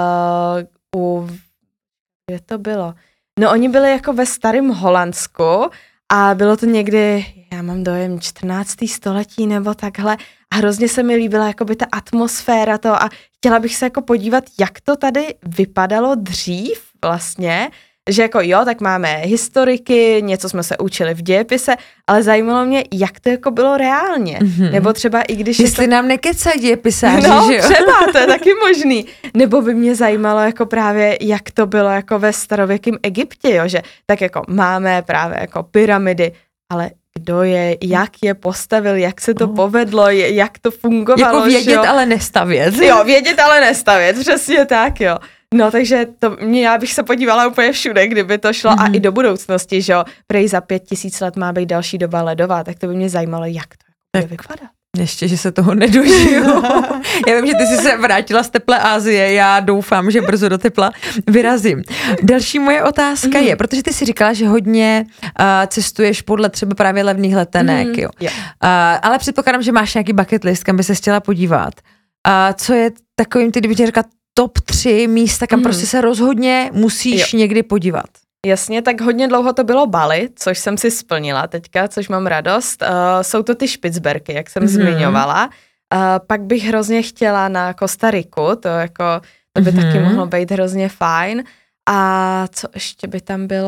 kde to bylo? No oni byli jako ve starém Holandsku a bylo to někdy, já mám dojem 14. století nebo takhle a hrozně se mi líbila jakoby ta atmosféra to a chtěla bych se jako podívat, jak to tady vypadalo dřív vlastně, že jako jo, tak máme historiky, něco jsme se učili v dějepise, ale zajímalo mě, jak to jako bylo reálně. Nebo třeba i když... Jestli nám nekecají dějepisáři, no, že jo? třeba, to je taky možný. Nebo by mě zajímalo jako právě, jak to bylo jako ve starověkém Egyptě, jo, že tak jako máme právě jako pyramidy, ale kdo je, jak je postavil, jak se to povedlo, jak to fungovalo. Jako vědět, jo? ale nestavět. Jo, vědět, ale nestavět, přesně tak, jo. No, takže já bych se podívala úplně všude, kdyby to šlo a i do budoucnosti, že jo, prej za 5000 let má být další doba ledová, tak to by mě zajímalo, jak to bude vypadat. Ještě, že se toho nedožiju. Já vím, že ty jsi se vrátila z teplé Asie, já doufám, že brzo do tepla vyrazím. Další moje otázka je, protože ty si říkala, že hodně cestuješ podle třeba právě levných letenek, jo. Ale předpokládám, že máš nějaký bucket list, kam by se chtěla podívat. Co je takovým, kdyby tě říkala, top 3 místa, kam prostě se rozhodně musíš někdy podívat. Jasně, tak hodně dlouho to bylo Bali, což jsem si splnila teďka, což mám radost. Jsou to ty Špicberky, jak jsem zmiňovala. Pak bych hrozně chtěla na Kostariku, to by taky mohlo být hrozně fajn. A co ještě by tam bylo?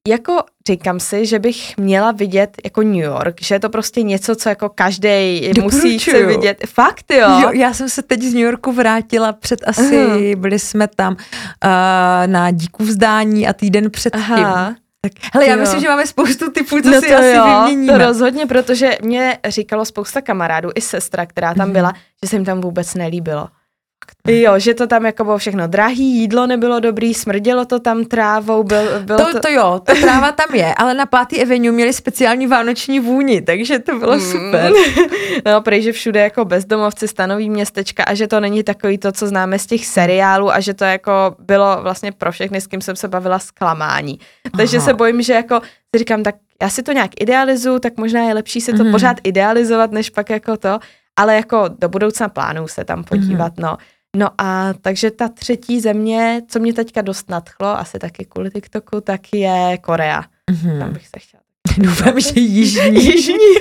Jako říkám si, že bych měla vidět jako New York, že je to prostě něco, co jako každej musí se vidět. Fakt, jo? Já jsem se teď z New Yorku vrátila před asi, byli jsme tam na díku vzdání a týden předtím. Tak, hele, já myslím, že máme spoustu typů, co si asi vyměníme. To rozhodně, protože mě říkalo spousta kamarádů, i sestra, která tam byla, že se jim tam vůbec nelíbilo. Jo, že to tam jako bylo všechno drahý, jídlo nebylo dobrý, smrdělo to tam trávou, bylo to jo, ta tráva tam je, ale na 5. Avenue měli speciální vánoční vůni, takže to bylo super. No, prej, že všude jako bezdomovci stanoví městečka a že to není takový to, co známe z těch seriálů a že to jako bylo vlastně pro všechny, s kým jsem se bavila, zklamání. Takže se bojím, že jako si říkám, tak já si to nějak idealizuju, tak možná je lepší si to pořád idealizovat, než pak jako to, ale jako do budoucna plánuju se tam podívat, no. No a takže ta 3. země, co mě teďka dost nadchlo, asi taky kvůli TikToku, tak je Korea. Tam bych se chtěla. Doufám, že jižní.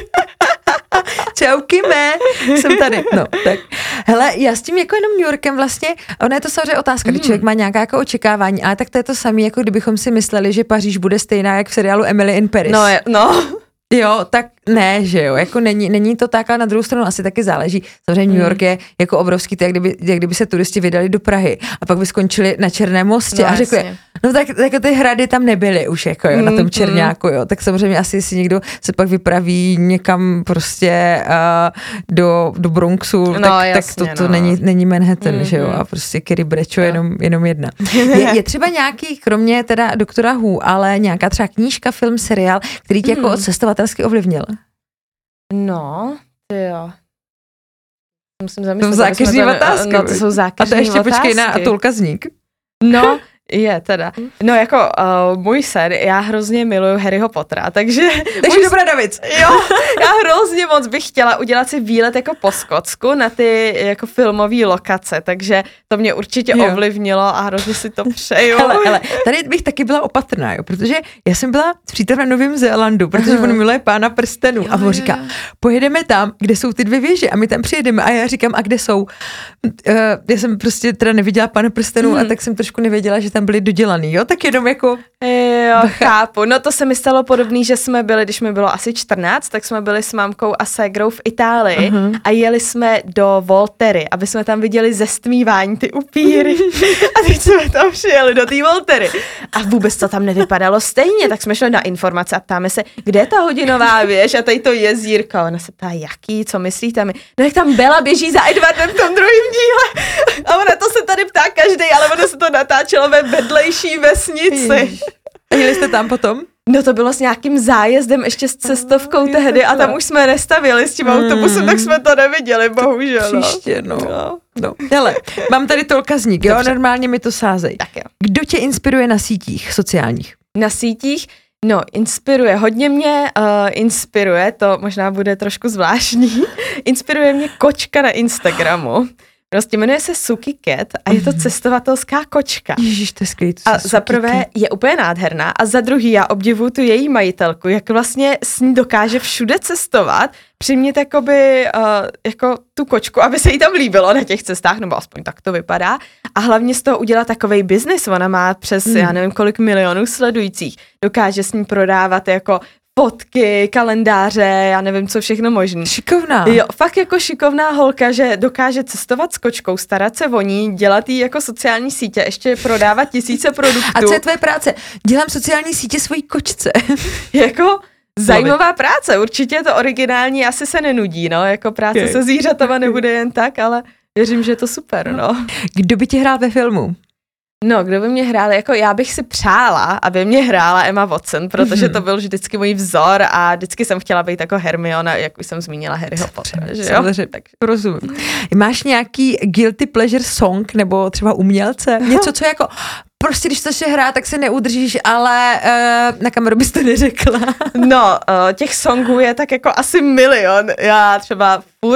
Čau, Kime, jsem tady. No, tak. Hele, já s tím jako jenom New Yorkem vlastně, ona je to samozřejmě otázka, když člověk má nějaká jako očekávání, ale tak to je to samé, jako kdybychom si mysleli, že Paříž bude stejná jak v seriálu Emily in Paris. No. Jo, tak ne, že jo, jako není to tak, ale na druhou stranu asi taky záleží. Samozřejmě New York je jako obrovský, to jak kdyby se turisti vydali do Prahy a pak by skončili na Černém mostě a řekli, no tak ty hrady tam nebyly už jako jo, na tom Černáku, jo, tak samozřejmě asi si někdo se pak vypraví někam prostě do Bronxu, tak to není Manhattan, že jo, a prostě Carrie Bradshaw jenom jedna. Je třeba nějaký, kromě teda Doktora Who, ale nějaká třeba knížka, film, seriál, který tě jako cestovatelsky ovlivnil? No, jo. Musím zamyslet. To jsou zákeřní otázky. No, to jsou zákeřní otázky. A to ještě počkej na Atulkazník. No, je teda. No jako můj sen, já hrozně miluju Harryho Pottera, takže dobrá Davic. Jo, já hrozně moc bych chtěla udělat si výlet jako po Skotsku na ty jako filmové lokace, takže to mě určitě ovlivnilo a hrozně si to přeju. Hele, tady bych taky byla opatrná, jo, protože já jsem byla s přítelem na Novém Zélandu, protože on miluje Pána prstenů a on říká, pojedeme tam, kde jsou ty 2 věže a my tam přijedeme a já říkám, a kde jsou? Já jsem prostě teda neviděla Pána prstenů a tak jsem trošku nevěděla, že tam byli dodělaný, jo, tak jenom jako... Jo, chápu, no to se mi stalo podobný, že jsme byli, když mi bylo asi 14, tak jsme byli s mámkou a ségrou v Itálii a jeli jsme do Voltery, aby jsme tam viděli zestmívání ty upíry a teď jsme tam přijeli do té Voltery a vůbec to tam nevypadalo stejně, tak jsme šli na informace a ptáme se, kde je ta hodinová věž a tady to jezírko, ona se ptá, jaký, co myslíte mi, no jak tam Bella běží za Edwardem v tom druhém díle a ona to se tady ptá každý, ale ono se to natáčelo ve vedlejší vesnici. A jeli jste tam potom? No to bylo s nějakým zájezdem ještě s cestovkou tehdy a tam už jsme nestavili s tím autobusem, tak jsme to neviděli, bohužel. Příště, no. Hele, mám tady Tolkazník, jo, normálně mi to sázej. Tak jo. Kdo tě inspiruje na sítích sociálních? Na sítích? No, inspiruje, hodně mě inspiruje, to možná bude trošku zvláštní, inspiruje mě kočka na Instagramu. Prostě jmenuje se Suki Cat a je to cestovatelská kočka. Ježiš, to je skvělý. A za prvé je úplně nádherná a za druhý já obdivuju tu její majitelku, jak vlastně s ní dokáže všude cestovat, přimět jakoby, jako tu kočku, aby se jí tam líbilo na těch cestách, nebo aspoň tak to vypadá. A hlavně z toho udělat takovej biznis, ona má přes, já nevím kolik milionů sledujících, dokáže s ní prodávat jako fotky, kalendáře, já nevím, co všechno možný. Šikovná. Jo, fakt jako šikovná holka, že dokáže cestovat s kočkou, starat se o ní, dělat jí jako sociální sítě, ještě prodávat tisíce produktů. A co je tvoje práce? Dělám sociální sítě svojí kočce. Jako zajímavá práce, určitě je to originální, asi se nenudí, no, jako práce se zvířatama nebude jen tak, ale věřím, že je to super, no. Kdo by tě hrál ve filmu? No, kdo by mě hrál, jako já bych si přála, aby mě hrála Emma Watson, protože to byl vždycky můj vzor a vždycky jsem chtěla být jako Hermiona, jak už jsem zmínila Harryho Pottera, že jo? Tak rozumím. Máš nějaký guilty pleasure song nebo třeba umělce? Něco, co jako prostě když to se hrá, tak se neudržíš, ale na kameru bys to neřekla. No, těch songů je tak jako asi milion. Já třeba furt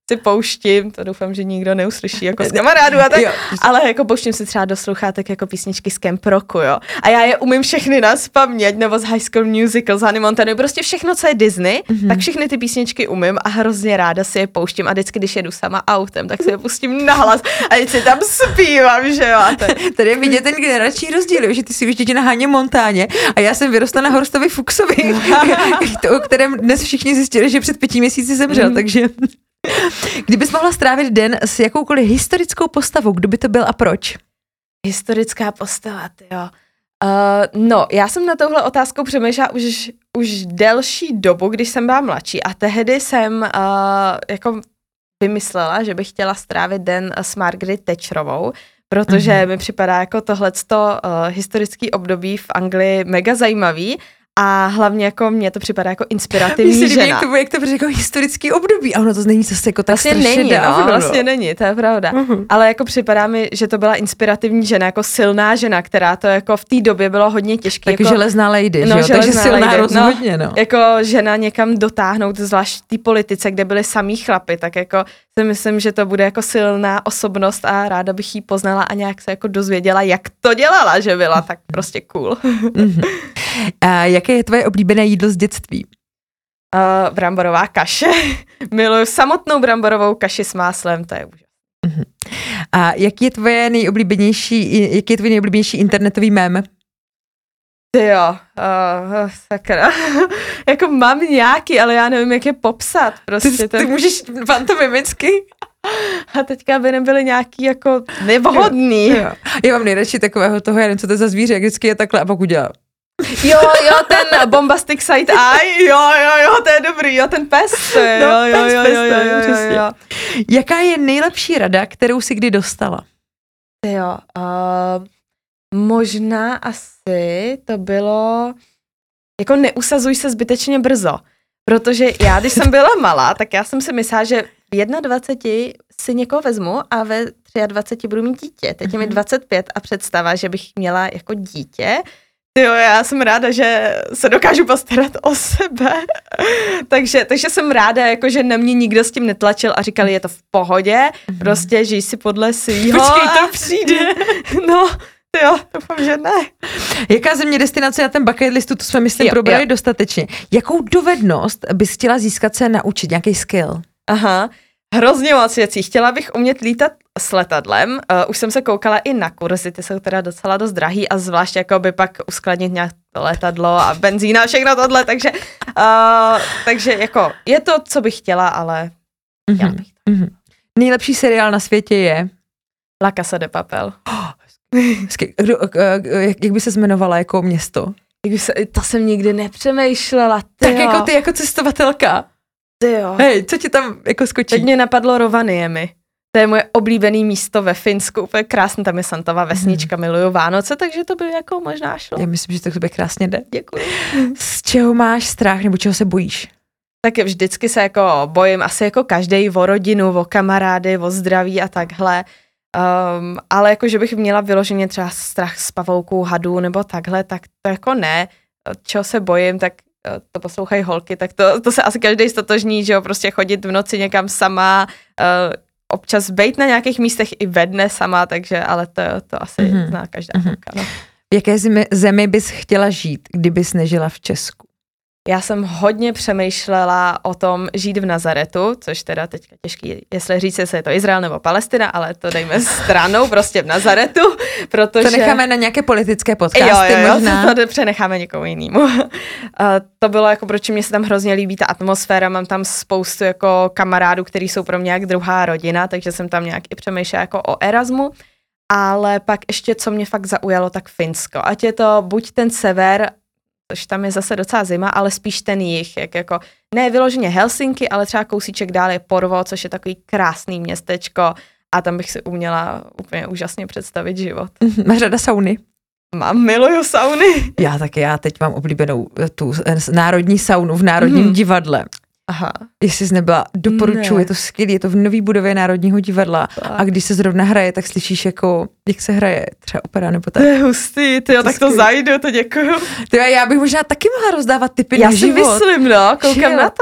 si pouštím, to doufám, že nikdo neuslyší jako z kamarádů a tak, ale jako pouštím si třeba do sluchátek jako písničky z Camp Rocku, jo. A já je umím všechny nazpaměť, nebo z High School Musical, z Hannah Montana, prostě všechno, co je Disney, tak všechny ty písničky umím a hrozně ráda si je pouštím a vždycky, když jedu sama autem, tak si je pustím nahlas a teď si tam zpívám, že jo. Tady je vidět ten generační rozdíl, že ty si vyždětě na Haně Montáně a já jsem vyrostla na Horstovi Fuchsovi, o kterém dnes všichni zjistili, že před 5 měsíci zemřel, takže... Kdybys mohla strávit den s jakoukoliv historickou postavou, kdo by to byl a proč? Historická postava, jo. No, já jsem na touhle otázkou přemýšlela už delší dobu, když jsem byla mladší a tehdy jsem jako vymyslela, že bych chtěla strávit den s Margaret Thatcherovou, protože mi připadá jako tohleto historický období v Anglii mega zajímavý. A hlavně jako mně to připadá jako inspirativní žena. Jak to jako historický období, a ono to není zase jako tak vlastně strašně není, dávno. Vlastně není, to je pravda. Ale jako připadá mi, že to byla inspirativní žena, jako silná žena, která to jako v té době bylo hodně těžké. Taky jako, železná lady, že jo? Takže silná rozhodně, no. Jako žena někam dotáhnout, zvlášť v té politice, kde byly samý chlapy, tak jako si myslím, že to bude jako silná osobnost a ráda bych jí poznala a nějak se jako dozvěděla, jak to dělala, že byla tak prostě cool. A jaké je tvoje oblíbené jídlo z dětství? Bramborová kaše. Miluju samotnou bramborovou kaši s máslem, to je úžasné. A jaký je tvůj nejoblíbenější internetový mém? Jo, sakra. Jako mám nějaký, ale já nevím, jak je popsat. Prostě ty můžeš pantomimicky? A teďka by nebyly nějaký jako nevhodný. Jo. Já mám nejradši takového toho, já nevím, co to je za zvíře, jak vždycky je takhle a pak udělá. Jo, ten bombastic side eye, jo, to je dobrý, jo, ten pes, jo. Jaká je nejlepší rada, kterou jsi kdy dostala? Jo, možná asi to bylo, jako neusazuj se zbytečně brzo, protože já, když jsem byla malá, tak já jsem si myslela, že v 21 si někoho vezmu a ve 23 budu mít dítě. Teď je mi 25 a představa, že bych měla jako dítě. Jo, já jsem ráda, že se dokážu postarat o sebe. takže jsem ráda, jako, že na mě nikdo s tím netlačil a říkali, je to v pohodě, prostě žij si podle svýho. Počkej, to přijde. No, jo, doufám, že ne. Jaká země destinace na ten bucket listu, to jsme myslím probrali dostatečně. Jakou dovednost bys chtěla získat se naučit, nějaký skill? Aha, hrozně moc věcí. Chtěla bych umět lítat s letadlem. Už jsem se koukala i na kurzy, ty jsou teda docela dost drahý a zvlášť jako by pak uskladnit nějak to letadlo a benzína a všechno tohle, takže jako je to, co bych chtěla, ale chtěla bych to. Nejlepší seriál na světě je? La Casa de Papel. Jak by se jmenovala jako město? To jsem nikdy nepřemýšlela. Tak jako ty jako cestovatelka. Hej, co ti tam jako skočí? Teď mě napadlo Rovaniemi. To je moje oblíbené místo ve Finsku, úplně krásné, tam je Santova vesnička, miluju Vánoce, takže to by jako možná šlo. Já myslím, že to k tobě krásně jde. Děkuji. Z čeho máš strach nebo čeho se bojíš? Tak vždycky se jako bojím, asi jako každej, o rodinu, o kamarády, o zdraví a takhle. Ale jako, že bych měla vyloženě třeba strach z pavoukou, hadů nebo takhle, tak to jako ne. Čeho se bojím, tak to poslouchají holky, tak to se asi každý stotožní, že jo, prostě chodit v noci někam sama, občas bejt na nějakých místech i ve dne sama, takže, ale to asi zná každá holka. No. V jaké zemi bys chtěla žít, kdybys nežila v Česku? Já jsem hodně přemýšlela o tom žít v Nazaretu, což teda teďka těžký, jestli říct, jestli je to Izrael nebo Palestina, ale to dejme stranou, prostě v Nazaretu, protože... To necháme na nějaké politické podcasty možná. To přenecháme někomu jinému. To bylo jako, proč mě se tam hrozně líbí ta atmosféra, mám tam spoustu jako kamarádů, kteří jsou pro mě jak druhá rodina, takže jsem tam nějak i přemýšlela jako o Erasmu, ale pak ještě, co mě fakt zaujalo, tak Finsko. Ať je to buď ten sever, což tam je zase docela zima, ale spíš ten jih, jako ne vyloženě Helsinki, ale třeba kousíček dál je Porvo, což je takový krásný městečko a tam bych si uměla úplně úžasně představit život. Máš ráda sauny? Miluju sauny. Já teď mám oblíbenou tu národní saunu v Národním divadle. Aha. Jestli jsi nebyla, doporučuji, je to skvělé, je to v nový budově Národního divadla a když se zrovna hraje, tak slyšíš jako, jak se hraje třeba opera nebo tak. To je hustý, tak to zajdu, to děkuju. Já bych možná taky mohla rozdávat tipy na život. Já si myslím, koukám na to.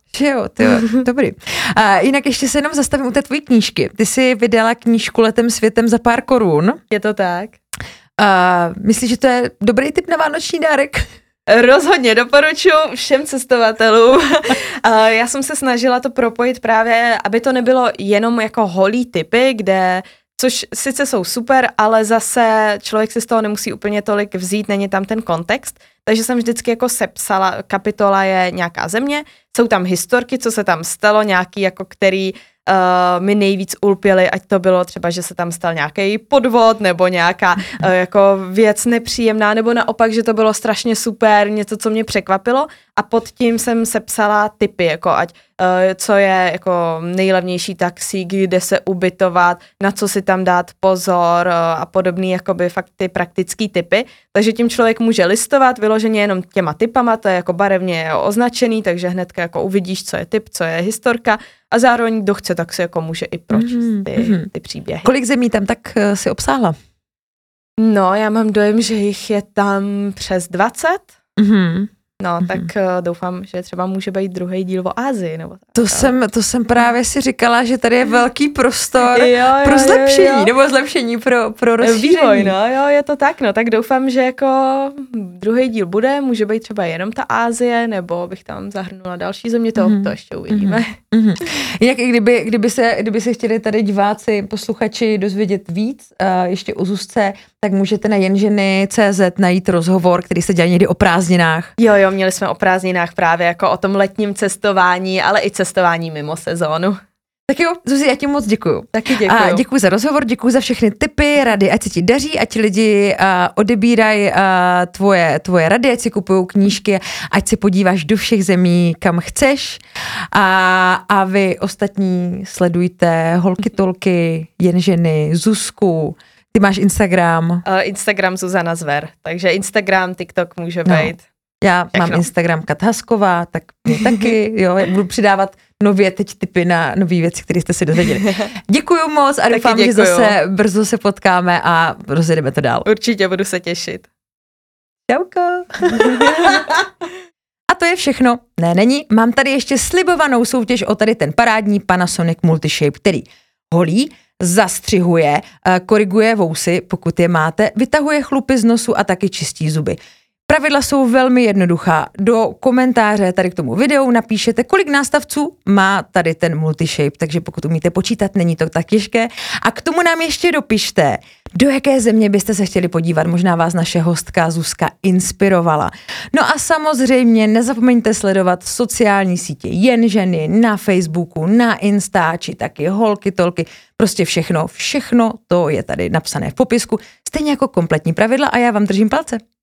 Že jo, dobrý. A jinak ještě se jenom zastavím u té tvojí knížky. Ty jsi vydala knížku Letem světem za pár korun. Je to tak. Myslíš, že to je dobrý tip na vánoční dárek? Rozhodně doporučuji všem cestovatelům. Já jsem se snažila to propojit právě, aby to nebylo jenom jako holý tipy, což sice jsou super, ale zase člověk si z toho nemusí úplně tolik vzít, není tam ten kontext. Takže jsem vždycky jako sepsala, kapitola je nějaká země, jsou tam historky, co se tam stalo, nějaký jako který mi nejvíc ulpěli, ať to bylo třeba, že se tam stal nějaký podvod nebo nějaká jako věc nepříjemná, nebo naopak, že to bylo strašně super, něco, co mě překvapilo a pod tím jsem sepsala tipy, jako ať co je jako nejlevnější taxi, kde se ubytovat, na co si tam dát pozor a podobný jakoby fakt ty praktický tipy, takže tím člověk může listovat vyloženě jenom těma tipama, to je jako barevně označený, takže hnedka jako uvidíš, co je tip, co je historka a zároveň kdo chce, tak si jako může i pročíst ty příběhy. Kolik zemí tam tak si obsáhla? No, já mám dojem, že jich je tam přes 20. No, tak doufám, že třeba může být druhý díl o Asii. Nebo tak. To jsem právě si říkala, že tady je velký prostor pro zlepšení, nebo zlepšení pro rozšíření. Vývoj, je to tak, tak doufám, že jako druhý díl bude, může být třeba jenom ta Asie, nebo bych tam zahrnula další země, to ještě uvidíme. Jinak kdyby se chtěli tady diváci, posluchači dozvědět víc ještě o Zuzce, tak můžete na jenženy.cz najít rozhovor, který se dělá někdy o prázdninách. Jo, měli jsme o prázdninách právě jako o tom letním cestování, ale i cestování mimo sezónu. Tak jo, Zuzi, já ti moc děkuju. Taky děkuju. A děkuji za rozhovor, děkuji za všechny tipy, rady, ať se ti daří, ať lidi odebírají tvoje rady, ať si kupují knížky, ať se podíváš do všech zemí, kam chceš. A vy ostatní sledujte Holky Tolky, Jenženy, Zuzku. Ty máš Instagram? Instagram Zuzana Zver, takže Instagram, TikTok může být. Já mám Instagram Kathasková, tak mě taky, jo, budu přidávat nově teď tipy na nový věci, které jste si dozvěděli. Děkuju moc a doufám, že zase brzo se potkáme a rozjedeme to dál. Určitě, budu se těšit. Čauko. A to je všechno. Ne, není. Mám tady ještě slibovanou soutěž o tady ten parádní Panasonic Multishape, který holí, zastřihuje, koriguje vousy, pokud je máte, vytahuje chlupy z nosu a taky čistí zuby. Pravidla jsou velmi jednoduchá. Do komentáře tady k tomu videu napíšete, kolik nástavců má tady ten Multishape, takže pokud umíte počítat, není to tak těžké. A k tomu nám ještě dopište, do jaké země byste se chtěli podívat. Možná vás naše hostka Zuzka inspirovala. No a samozřejmě nezapomeňte sledovat sociální sítě Jenženy na Facebooku, na Insta, či taky Holky Tolky. Prostě všechno to je tady napsané v popisku. Stejně jako kompletní pravidla a já vám držím palce.